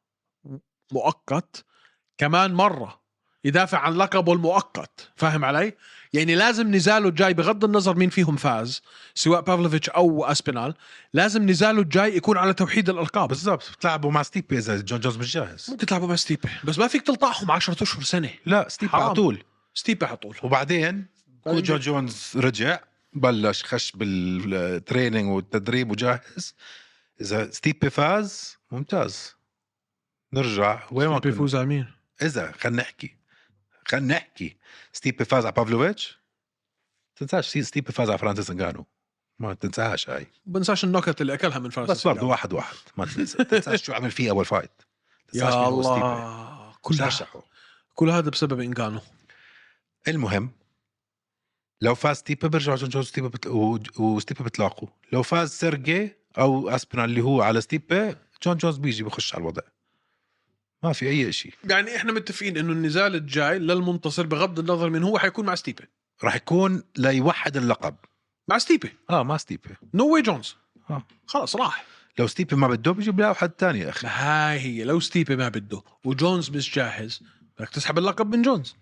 مؤقت كمان مره يدافع عن لقبه المؤقت. فاهم علي؟ يعني لازم نزاله الجاي بغض النظر مين فيهم فاز سواء بافلوفيتش او اسبينال، لازم نزاله الجاي يكون على توحيد الالقاب. بالضبط. بتلعبوا مع ستيبي اذا جون جونز مش جاهز. ممكن تلعبوا مع ستيبي بس ما فيك تلطعهم عشرة اشهر سنه. لا ستيبي على طول. ستيبي على طول. وبعدين كون جون جونز رجع بلش خش بالتريننج والتدريب وجاهز. اذا ستيبي فاز ممتاز نرجع وين ما ستيبي يفوز على مين؟ اذا خلينا نحكي خلينا نحكي ستيبي فاز على بافلوفيتش تنساش ستيبي فاز على فرانسيس نغانو. ما تنساهاش هاي. بنساش النكت اللي اكلها من فرانسيس بس برضه واحد واحد. ما تنساش شو عمل فيه اول فايت. يا الله كل هذا كل هذا بسبب انغانو. المهم لو فاز ستيبي برجع جون جونز ستيبي بت... وستيبي بتلاقوا. لو فاز سيرجي او اسبينال اللي هو على ستيبي جون جونز بيجي بخش على الوضع. ما في اي شيء. يعني احنا متفقين انه النزال الجاي للمنتصر بغض النظر من هو حيكون مع ستيبي. راح يكون ليوحد اللقب مع ستيبي. اه مع ستيبي. نو واي جونز. اه خلاص راح. لو ستيبي ما بده بيجيب له واحد تاني يا اخي. هاي هي لو ستيبي ما بده وجونز مش جاهز بدك تسحب اللقب من جونز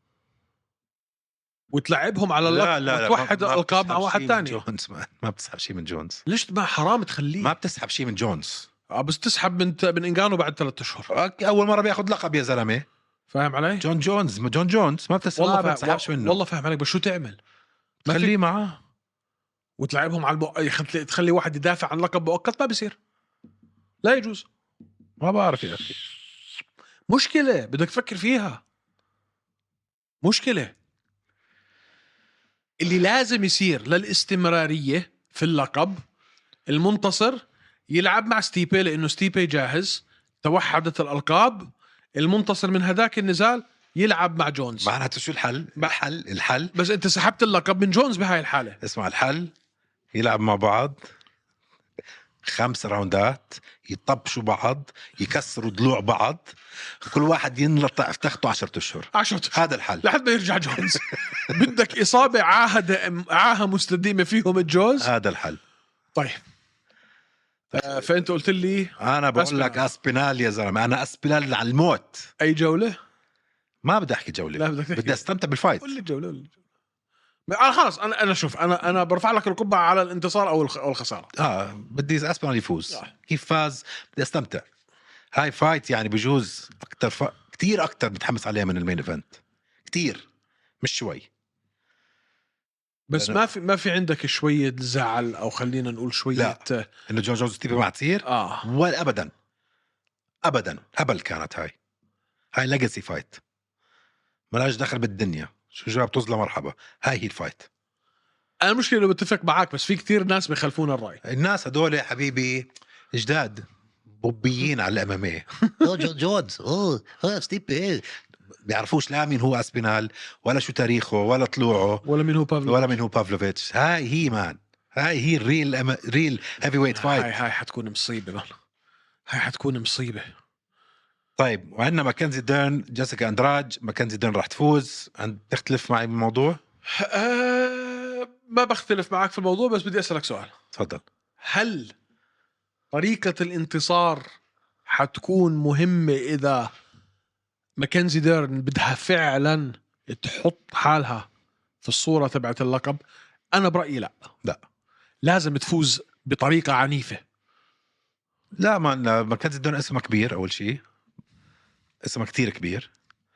وتلعبهم على اللقب. لا لا وتوحد الالقاب مع واحد تاني. جونز ما, ما بتسحب شيء من جونز. ليش ما حرام تخليه؟ ما بتسحب شيء من جونز. اه بس تسحب من من انغانو بعد ثلاثة اشهر. اول مره بياخذ لقب يا زلمه. فاهم علي؟ جون جونز جون جونز ما بتسحب. والله ما بتسحبش منه. والله فاهم عليك. بس شو تعمل؟ تخليه معاه وتلعبهم على المو... تخلي واحد يدافع عن لقب مؤقت ما بيصير. لا يجوز. ما بعرف يا اخي. مشكله بدك تفكر فيها. مشكله اللي لازم يصير للاستمرارية في اللقب المنتصر يلعب مع ستيبي، لأنه ستيبي جاهز، توحدت الألقاب. المنتصر من هذاك النزال يلعب مع جونز. معناته شو الحل؟ الحل الحل بس أنت سحبت اللقب من جونز بهاي الحالة. اسمع الحل، يلعب مع بعض خمس راوندات، يطبشوا بعض، يكسروا ضلوع بعض، كل واحد ينلطع في تخته عشرة أشهر. عشرة هذا الحل لحد ما يرجع جونز. بدك إصابة عاهدة عاهة مستديمة فيهم الجوز. هذا الحل. طيب آه فأنت قلت لي أنا بقول أسبينال. لك أسبينال يا زلمة، أنا أسبينال على الموت. أي جولة؟ ما بدي أحكي جولة، لا بدك تحكي. بدي أستمتع بالفايت. قول لي جولة. قول لي جولة. أنا خلاص أنا أنا شوف أنا أنا برفع لك القبعة على الانتصار أو الخ- أو الخسارة. آه بدي أسبينال يفوز. آه. كيف فاز بدي أستمتع. هاي فايت يعني بجوز أكتر ف... كتير أكتر متحمس عليها من المين إيفنت، كتير مش شوي. بس أنا- ما في ما في عندك شوية زعل أو خلينا نقول شوية لا. إنه جون جونز تيبي ما تصير آه ولا أبدا أبدا. هبل كانت هاي هاي ليجاسي فايت، ملاش دخل بالدنيا، شو جاب تظلم مرحبا. هاي هي الفايت. أنا المشكلة إنه بتفق معاك، بس في كتير ناس بيخالفون الرأي. الناس هدول يا حبيبي جداد بوبيين على الاماميه. اوه جو جونز اوه ها ستيبي، بيعرفوش لا مين هو اسبينال ولا شو تاريخه ولا طلوعه ولا مين هو بافلوفيتش. ولا مين هو بافلوفيتش. هاي هي مان، هاي هي الريل أم... ريل هيفي ويت فايت. هاي هاي حتكون مصيبة مان. هاي حتكون مصيبة. طيب وعندنا ماكنزي ديرن جيسيكا اندراج. ماكنزي ديرن راح تفوز. عند تختلف معي بالموضوع؟ أه ما بختلف معك في الموضوع، بس بدي أسألك سؤال. تفضل. هل طريقة الانتصار حتكون مهمة إذا ماكنزي ديرن بدها فعلا تحط حالها في الصورة تبعت اللقب؟ أنا برأيي لا لا لازم تفوز بطريقة عنيفة. لا ما ماكنزي ديرن اسمها كبير، اول شيء اسمها كتير كبير.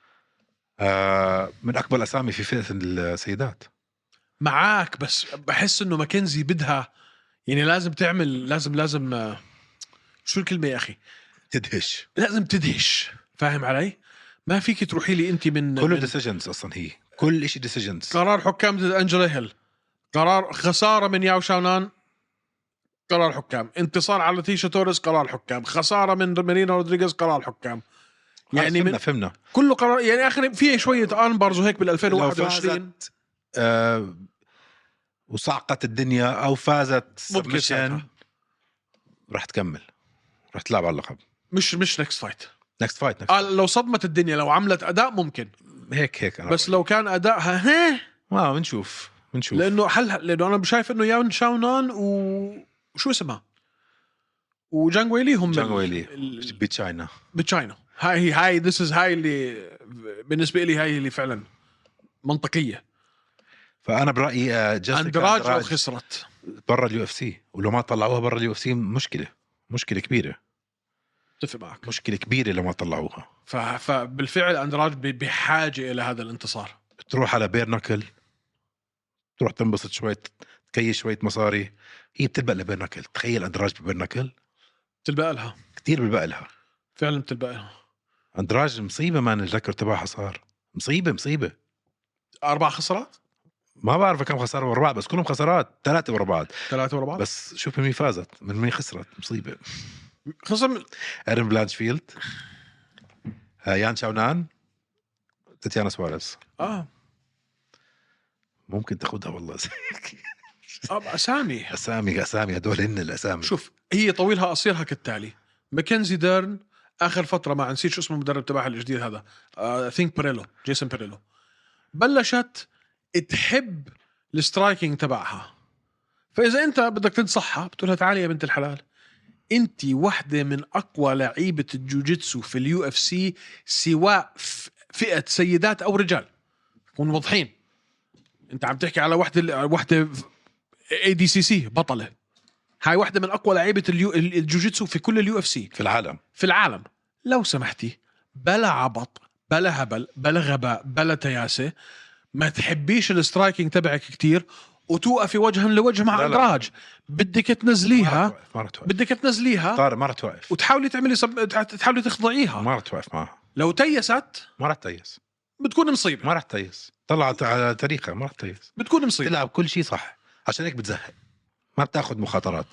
آه من اكبر الاسامي في فئة السيدات. معاك، بس بحس إنه ماكنزي بدها يعني لازم تعمل لازم لازم آه، شو الكلمة يا أخي؟ تدهش. لازم تدهش. فاهم علي؟ ما فيك تروحي لي أنت من كله من ديسيجنز اصلا، هي كل شيء ديسيجنز. قرار حكام ضد أنجلا هيل، قرار خسارة من ياو شاونان قرار حكام، انتصار على تيشا توريس قرار حكام، خسارة من مارينا رودريغيز قرار حكام. يعني فهمنا من فهمنا كله قرار يعني اخر في شويه انبرز وهيك بال ألفين وواحد وعشرين آه وصعقت الدنيا او فازت ممكن سبمشن ساعتها. راح تكمل، راح تلعب على اللقب. مش مش نكست فايت. نكست فايت آه لو صدمت الدنيا، لو عملت اداء ممكن، هيك هيك أنا بس لو كان ادائها ها ما بنشوف بنشوف لانه حل لانه انا شايف انه ياون شاونان و وشو اسمها وجانغ ويلي هم جانغ ويلي ال... بتشاينا. بتشاينا. هاي هي هاي ذس از هاي اللي بالنسبه لي هاي اللي فعلا منطقيه. فانا برايي آه، جيسيكا اندراج لو أندراج خسرت برا اليو اف سي، ولو ما طلعوها برا اليو اف سي مشكله مشكله كبيره اتفق معك. مشكله كبيره لو ما طلعوها. ف... فبالفعل اندراج ب- بحاجه الى هذا الانتصار. تروح على بير نكل، تروح تنبسط شوي، تكيش شويه مصاري. هي بتلبق لبير نكل. تخيل اندراج ببير نكل تلبق لها كتير بلبق لها. فعلا بتلبق لها. اندراج مصيبه مان، الريكورد تبعها صار مصيبه مصيبه. اربع خسارات ما بعرف كم خساره ورا بعض، بس كلهم خسارات ثلاثه ورا بعض. ثلاثه ورا بعض. بس شوف من مين فازت من مين خسرت. مصيبه. خسر من... ايرن بلانشفيلد، آه، يان شاونان، تاتيانا سواريز. اه ممكن تاخدها والله. اه اسامي. اسامي اسامي هدول هن الاسامي. شوف هي طويلها قصيرها كالتالي. ماكنزي ديرن اخر فتره ما نسيت شو اسمه المدرب تبعها الجديد هذا آه ثينك بيريلو جيسون بيريلو بلشت تحب السترايكينج تبعها. فاذا انت بدك تنصحها بتقولها تعالي يا بنت الحلال، انت واحدة من اقوى لعيبة الجوجيتسو في اليو اف سي، سواء فئة سيدات او رجال، نكون واضحين. انت عم تحكي على واحدة واحدة اي دي سي سي بطلة، هاي واحدة من اقوى لعيبة اليو الجوجيتسو في كل اليو اف سي في العالم في العالم. لو سمحتي بلا عبط بلا هبل بلا غباء بلا تياسة، ما تحبيش السترايكينج تبعك كتير وتوقفي وجها لوجه مع لا لا. أندراج، بدك تنزليها ما رح توقف. بدك تنزليها طارق ما رح توقف. وتحاولي تعملي سب... تحاولي تخضعيها. ما رح توقف معها. لو تيست ما رح تيس. بتكون مصيبه، ما راح تيس، طلعت على تاريخها ما راح تيس، بتكون مصيبه. تلعب كل شيء صح، عشان هيك بتزهق، ما بتاخذ مخاطرات.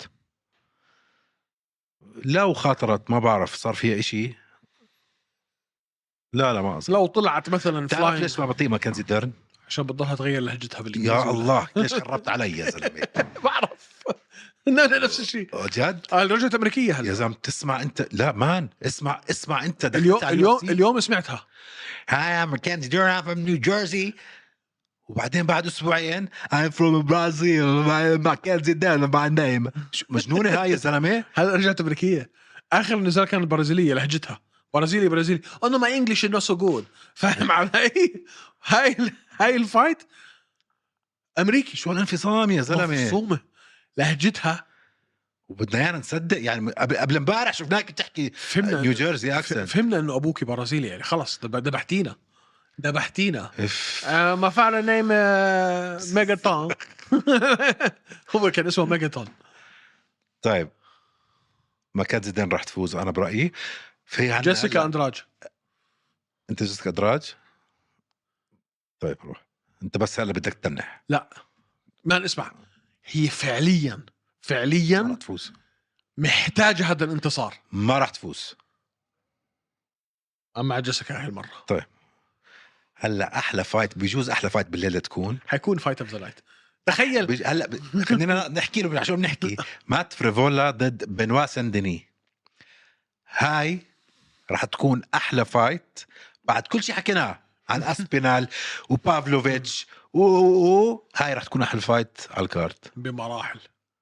لو خاطرت ما بعرف صار فيها إشي، لا لا ما أظن. لو طلعت مثلا تعرف فلاين، ليش ما بطيء ماكنزي ديرن؟ عشان بتضلها تغير لهجتها بالانجليزي. يا الله ليش خربت علي يا زلمه. بعرف. لا نفس الشيء جد آه رجعت امريكيه هلا يا زلمه. تسمع انت؟ لا مان اسمع اسمع انت اليوم على اليوم اليو إف سي. اليوم سمعتها. Hi, I'm Mackenzie Dern from New Jersey. وبعدين بعد اسبوعين I'm from Brazil, Mackenzie Dern my name. شو مجنونه هاي يا زلمه. هلا رجعت امريكيه. اخر نزال كانت برازيليه لهجتها برازيلي برازيلي. انا ما انجلش نو سو جود. فاهم علي؟ هاي هاي الفايت امريكي. شو الانفصام يا زلمه. مفصومه لهجتها. وبدنا ايانا نصدق يعني قبل قبل امبارح شفناك بتحكي فهمنا نيو جيرسي اكسنت. فهمنا انه ابوك برازيلي يعني خلص ذبحتينا ذبحتينا. آه ما فعلا نيم آه ميجاتون. هو كان اسمه ميجاتون. طيب ماكنزي ديرن راح تفوز انا برايي. في عندنا جيسيكا هلا- اندراج. انت جيسيكا دراج. طيب روح انت بس هلا بدك تتنح. لا ما نسمع. هي فعليا ما راح فعليا تفوز. محتاجة هذا الانتصار. ما راح تفوز. اما جيسيكا هاي المرة طيب هلا احلى فايت بيجوز احلى فايت بالليله تكون حيكون فايت اوف ذا نايت. تخيل بيج... هلا ب... خلينا نحكي له شو بنحكي. مات فريفولا ضد بنوا سندني. هاي راح تكون احلى فايت بعد كل شيء حكيناه عن اسبينال وبافلوفيتش و... و... هاي راح تكون احلى فايت على الكارت بمراحل.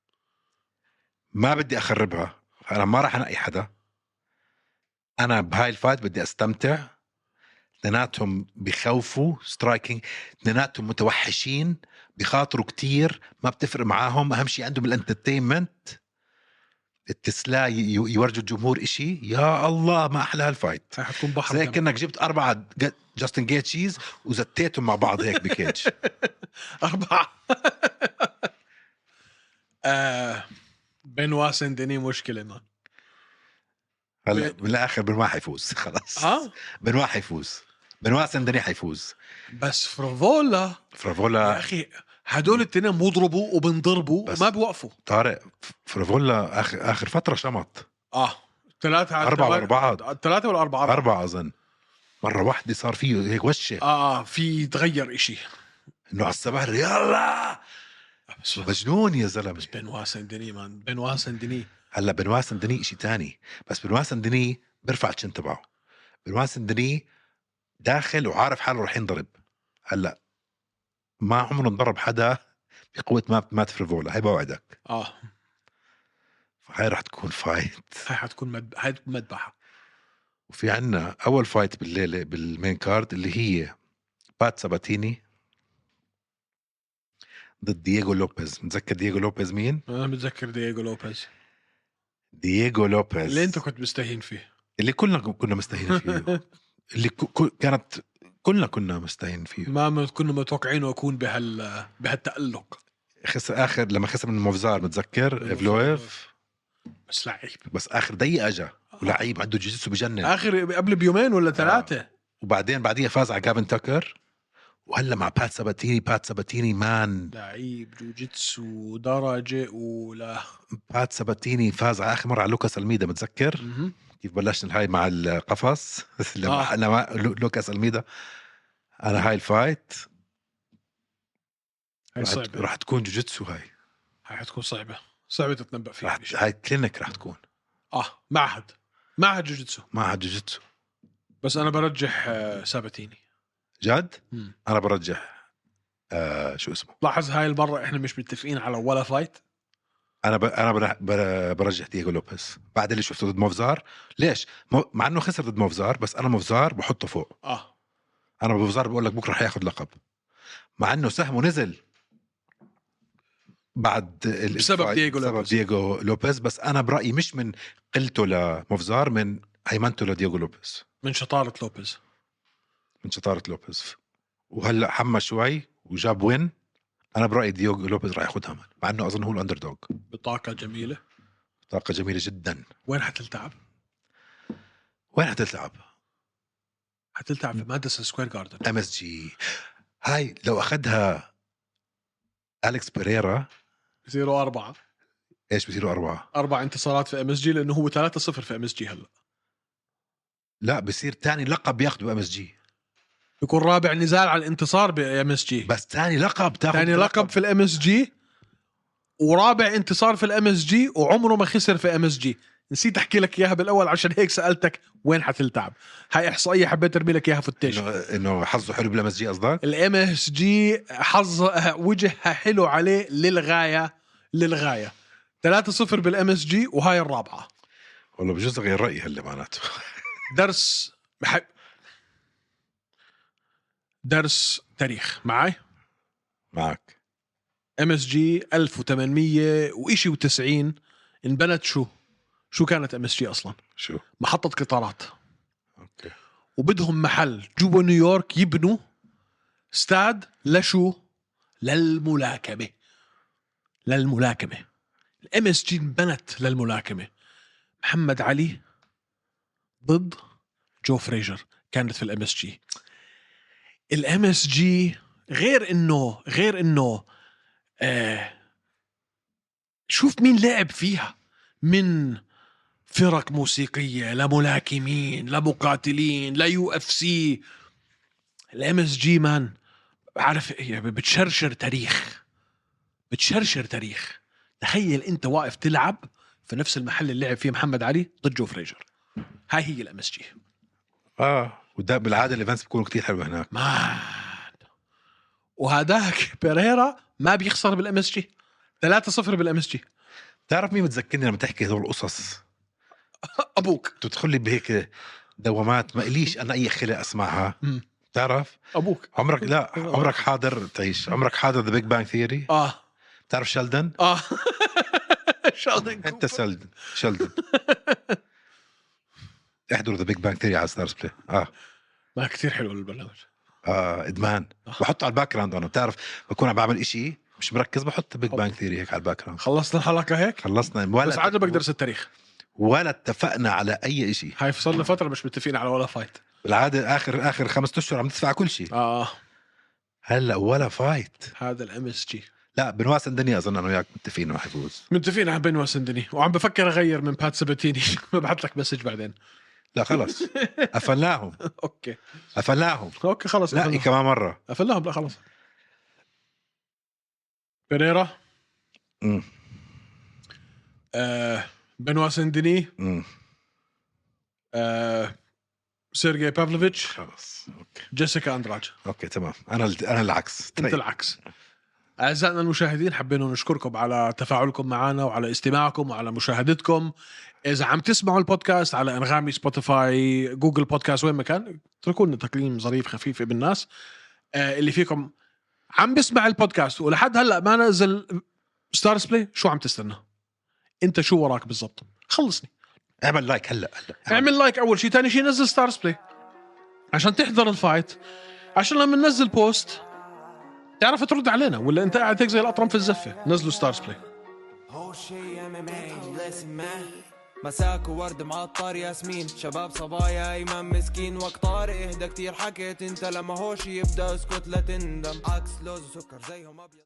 ما بدي اخربها. انا ما راح انقي حدا. انا بهاي الفايت بدي استمتع. اثنيناتهم بخوفوا سترايكينج. اثنيناتهم متوحشين بخاطروا كتير. ما بتفرق معاهم. اهم شيء عندهم الانترتينمنت التسلا يورجوا الجمهور إشي. يا الله ما احلى هالفايت. هاي حتكون بحر زي دم. كأنك جبت أربعة جاستن جيتشيز وزتيتهم مع بعض هيك بكيج. أربعة. آه بنوا سندني مشكلة مان. هلا بالاخر بنوا حيفوز خلاص. ها بنوا حيفوز. بنوا سندني حيفوز. بس فريفولا يا فريفولا اخي هدول التنين بيضربوا وبنضربوا بس- وما بوقفوا. طارق فريفولا اخر اخر فتره شمط. اه ثلاثة على أربعة ثلاثة- ورا بعض. ثلاثة ولا أربعة أربعة. أربعة أظن. مرة واحدة صار فيه هيك وشة اه في تغير إشي. إنه على السبهر يلا بس مجنون يا زلمة. بس بنوا سندني مان بنوا سندني. هلا بنوا سندني إشي تاني. بس بنوا سندني بيرفع الشن تبعه. بنوا سندني داخل وعارف حاله رح ينضرب. هلا ما عمره انضرب حدا بقوة ما مات فريفولا. هاي بوعدك. اه فهاي رح تكون فايت. هاي حتكون مد... هاي تكون مذبحة. وفي عنا أول فايت بالليلة بالمين كارد اللي هي بات ساباتيني ضد دييغو لوبيز. متذكر دييغو لوبيز مين؟ انا متذكر دييغو لوبيز دييغو لوبيز اللي انت كنت مستهين فيه. اللي كلنا كنا مستهين فيه. اللي ك- ك- كانت كلنا كنا مستهين فيه. ما ما كنا متوقعينه يكون بهال بهالتألق. خسر آخر لما خسر من موفزار. متذكر إيفلويف. بس لعيب بس آخر دقيقة أجا ولعيب عنده جوجيتسو بجنن. اخر قبل بيومين ولا ثلاثة. وبعدين بعديها فاز على جافن تاكر. وهلا مع بات ساباتيني. بات ساباتيني مان. لعيب جوجيتسو درجة أولى. بات ساباتيني فاز على آخر مرة على لوكاس الميدا. متذكر مهم. كيف بلشنا هاي مع القفص لما آه. انا مع لو- لوكاس الميدا. انا هاي الفايت هاي رح, صعبة. رح تكون جوجيتسو. هاي هاي حتكون صعبة صعبة تتنبأ فيها. رح هاي كلينك رح تكون اه معهد معهد جوجيتسو. معها جوجيتسو. بس انا برجح آه ساباتيني. جد مم. انا برجح آه شو اسمه. لاحظ هاي المرة احنا مش متفقين على ولا فايت. انا ب... انا بر... بر... برجح دييغو لوبيز بعد اللي شفته ضد موفزار. ليش مو... مع انه خسر ضد موفزار بس انا موفزار بحطه فوق. اه انا موفزار بقول لك بكره حياخذ لقب مع انه سهمه نزل بعد ال- بسبب الفايت، دييغو بسبب لوبيز. دييغو لوبيز. بس انا برايي مش من قلته لموفزار من هيمنته لدييغو لوبيز. من شطارة لوبيز. من شطاره لوبيز. وهلا حمى شوي وجاب وين. انا برايي دييغو لوبيز راح ياخذها مع انه اظن هو الاندر دوغ. بطاقة جميلة. طاقه جميله جدا. وين حتلتعب؟ وين حتلعب؟ حتلتعب في ماديسون سكوير جاردن. ام اس جي هاي لو اخذها أليكس بيريرا بصيروا أربعة. ايش بصيروا أربعة؟ أربع انتصارات في ام اس جي لأنه هو ثلاثة صفر في ام اس جي هلا. لا بصير تاني لقب ياخده ام اس جي. بيكون رابع نزال على الانتصار بام اس جي. بس تاني لقب تاخد ثاني لقب في الام اس جي ورابع انتصار في الام اس جي وعمره ما خسر في ام اس جي. نسيت احكي لك اياها بالاول عشان هيك سالتك وين حتلتعب. هاي احصائيه حبيت ارمي لك اياها في التيش. انه انه حظه حلو بالام اس جي قصدك؟ الام اس جي حظ وجهها حلو عليه للغايه للغايه. ثلاثة صفر بالام اس جي وهاي الرابعه. والله بجوز غير رايي هلا معناته. درس بحب درس تاريخ معي معك. ام اس جي ألف وثمانمية وإشي وتسعين انبنت. شو شو كانت ام اس جي اصلا؟ شو محطه قطارات. اوكي. وبدهم محل جوا نيويورك يبنوا استاد لشو؟ للملاكمه. للملاكمه. الام اس جي انبنت للملاكمه. محمد علي ضد جو فريجر كانت في الام اس جي. الام اس جي غير انه غير انه آه شوف مين لعب فيها من فرق موسيقية لملاكمين لمقاتلين ليو اف سي. الام اس جي مان عارف بتشرشر تاريخ. بتشرشر تاريخ. تخيل انت واقف تلعب في نفس المحل اللي لعب فيه محمد علي ضد جو فريجر. هاي هي الام اس جي. اه وده بالعاده الايفنتس بيكونوا كتير حلوه هناك مان. وهداك بيريرا ما بيخسر بالام اس جي. ثلاثة صفر بالام اس جي. تعرف مين بتذكرني لما تحكي هذول القصص؟ ابوك. تدخل لي بهيك دوامات ما إليش انا اي خلق اسمعها. مم. تعرف ابوك عمرك لا عمرك حاضر تعيش عمرك حاضر ذا بيج بانج ثيوري؟ اه تعرف شيلدن؟ اه شيلدن انت شيلدن شيلدن احضروا ذا بيج بانج ثيوري على ستارز بلاي. اه ما كتير حلو البرنامج. اه ادمان. بحط على الباك جراوند انا بتعرف بكون عم بعمل إشي مش مركز بحط بيج بانج ثيوري هيك على الباك جراوند. خلصنا الحلقه هيك. خلصنا ولا بس عجبك درس التاريخ ولا اتفقنا على اي إشي. هاي صار لنا فتره مش متفقين على ولا فايت. بالعاده اخر اخر خمسة اشهر عم تدفع كل شيء. اه هلا ولا فايت. هذا الام اس جي. لا بنوا سندني اظن انا وياك متفقين انه حيفوز. متفقين على بنوا سندني وعم بفكر اغير من بات سبتيني. ببعث لك مسج بعدين. لا خلص قفلناهم. اوكي قفلناهم. اوكي خلص لا كمان مره قفلناهم. لا خلص. بيريرا. امم آه بنوا سندني. امم آه سيرجي بافلوفيتش. خلص اوكي. جيسيكا اندراج. اوكي تمام. انا ال... انا العكس. طيب. انت العكس. اعزائنا المشاهدين حبينا نشكركم على تفاعلكم معنا وعلى استماعكم وعلى مشاهدتكم. اذا عم تسمعوا البودكاست على انغامي سبوتيفاي جوجل بودكاست وين ما كان اتركوا لنا تقييم ظريف خفيف بالناس. آه اللي فيكم عم بسمع البودكاست ولحد هلا ما نزل ستارز بلاي شو عم تستنى؟ انت شو وراك بالضبط؟ خلصني. اعمل لايك هلا هلا. اعمل لايك اول شيء. ثاني شيء نزل ستارز بلاي عشان تحضر الفايت عشان لما ننزل بوست تعرف ترد علينا. ولا انت قاعد هيك زي الاطرم في الزفه. نزلوا ستارز بلاي. مساك وورد معطر ياسمين شباب صبايا ايمن مسكين وقت طارق اهدى كتير حكيت انت لما هوش يبدا اسكت لا تندم عكس لوز وسكر زيهم ابيض.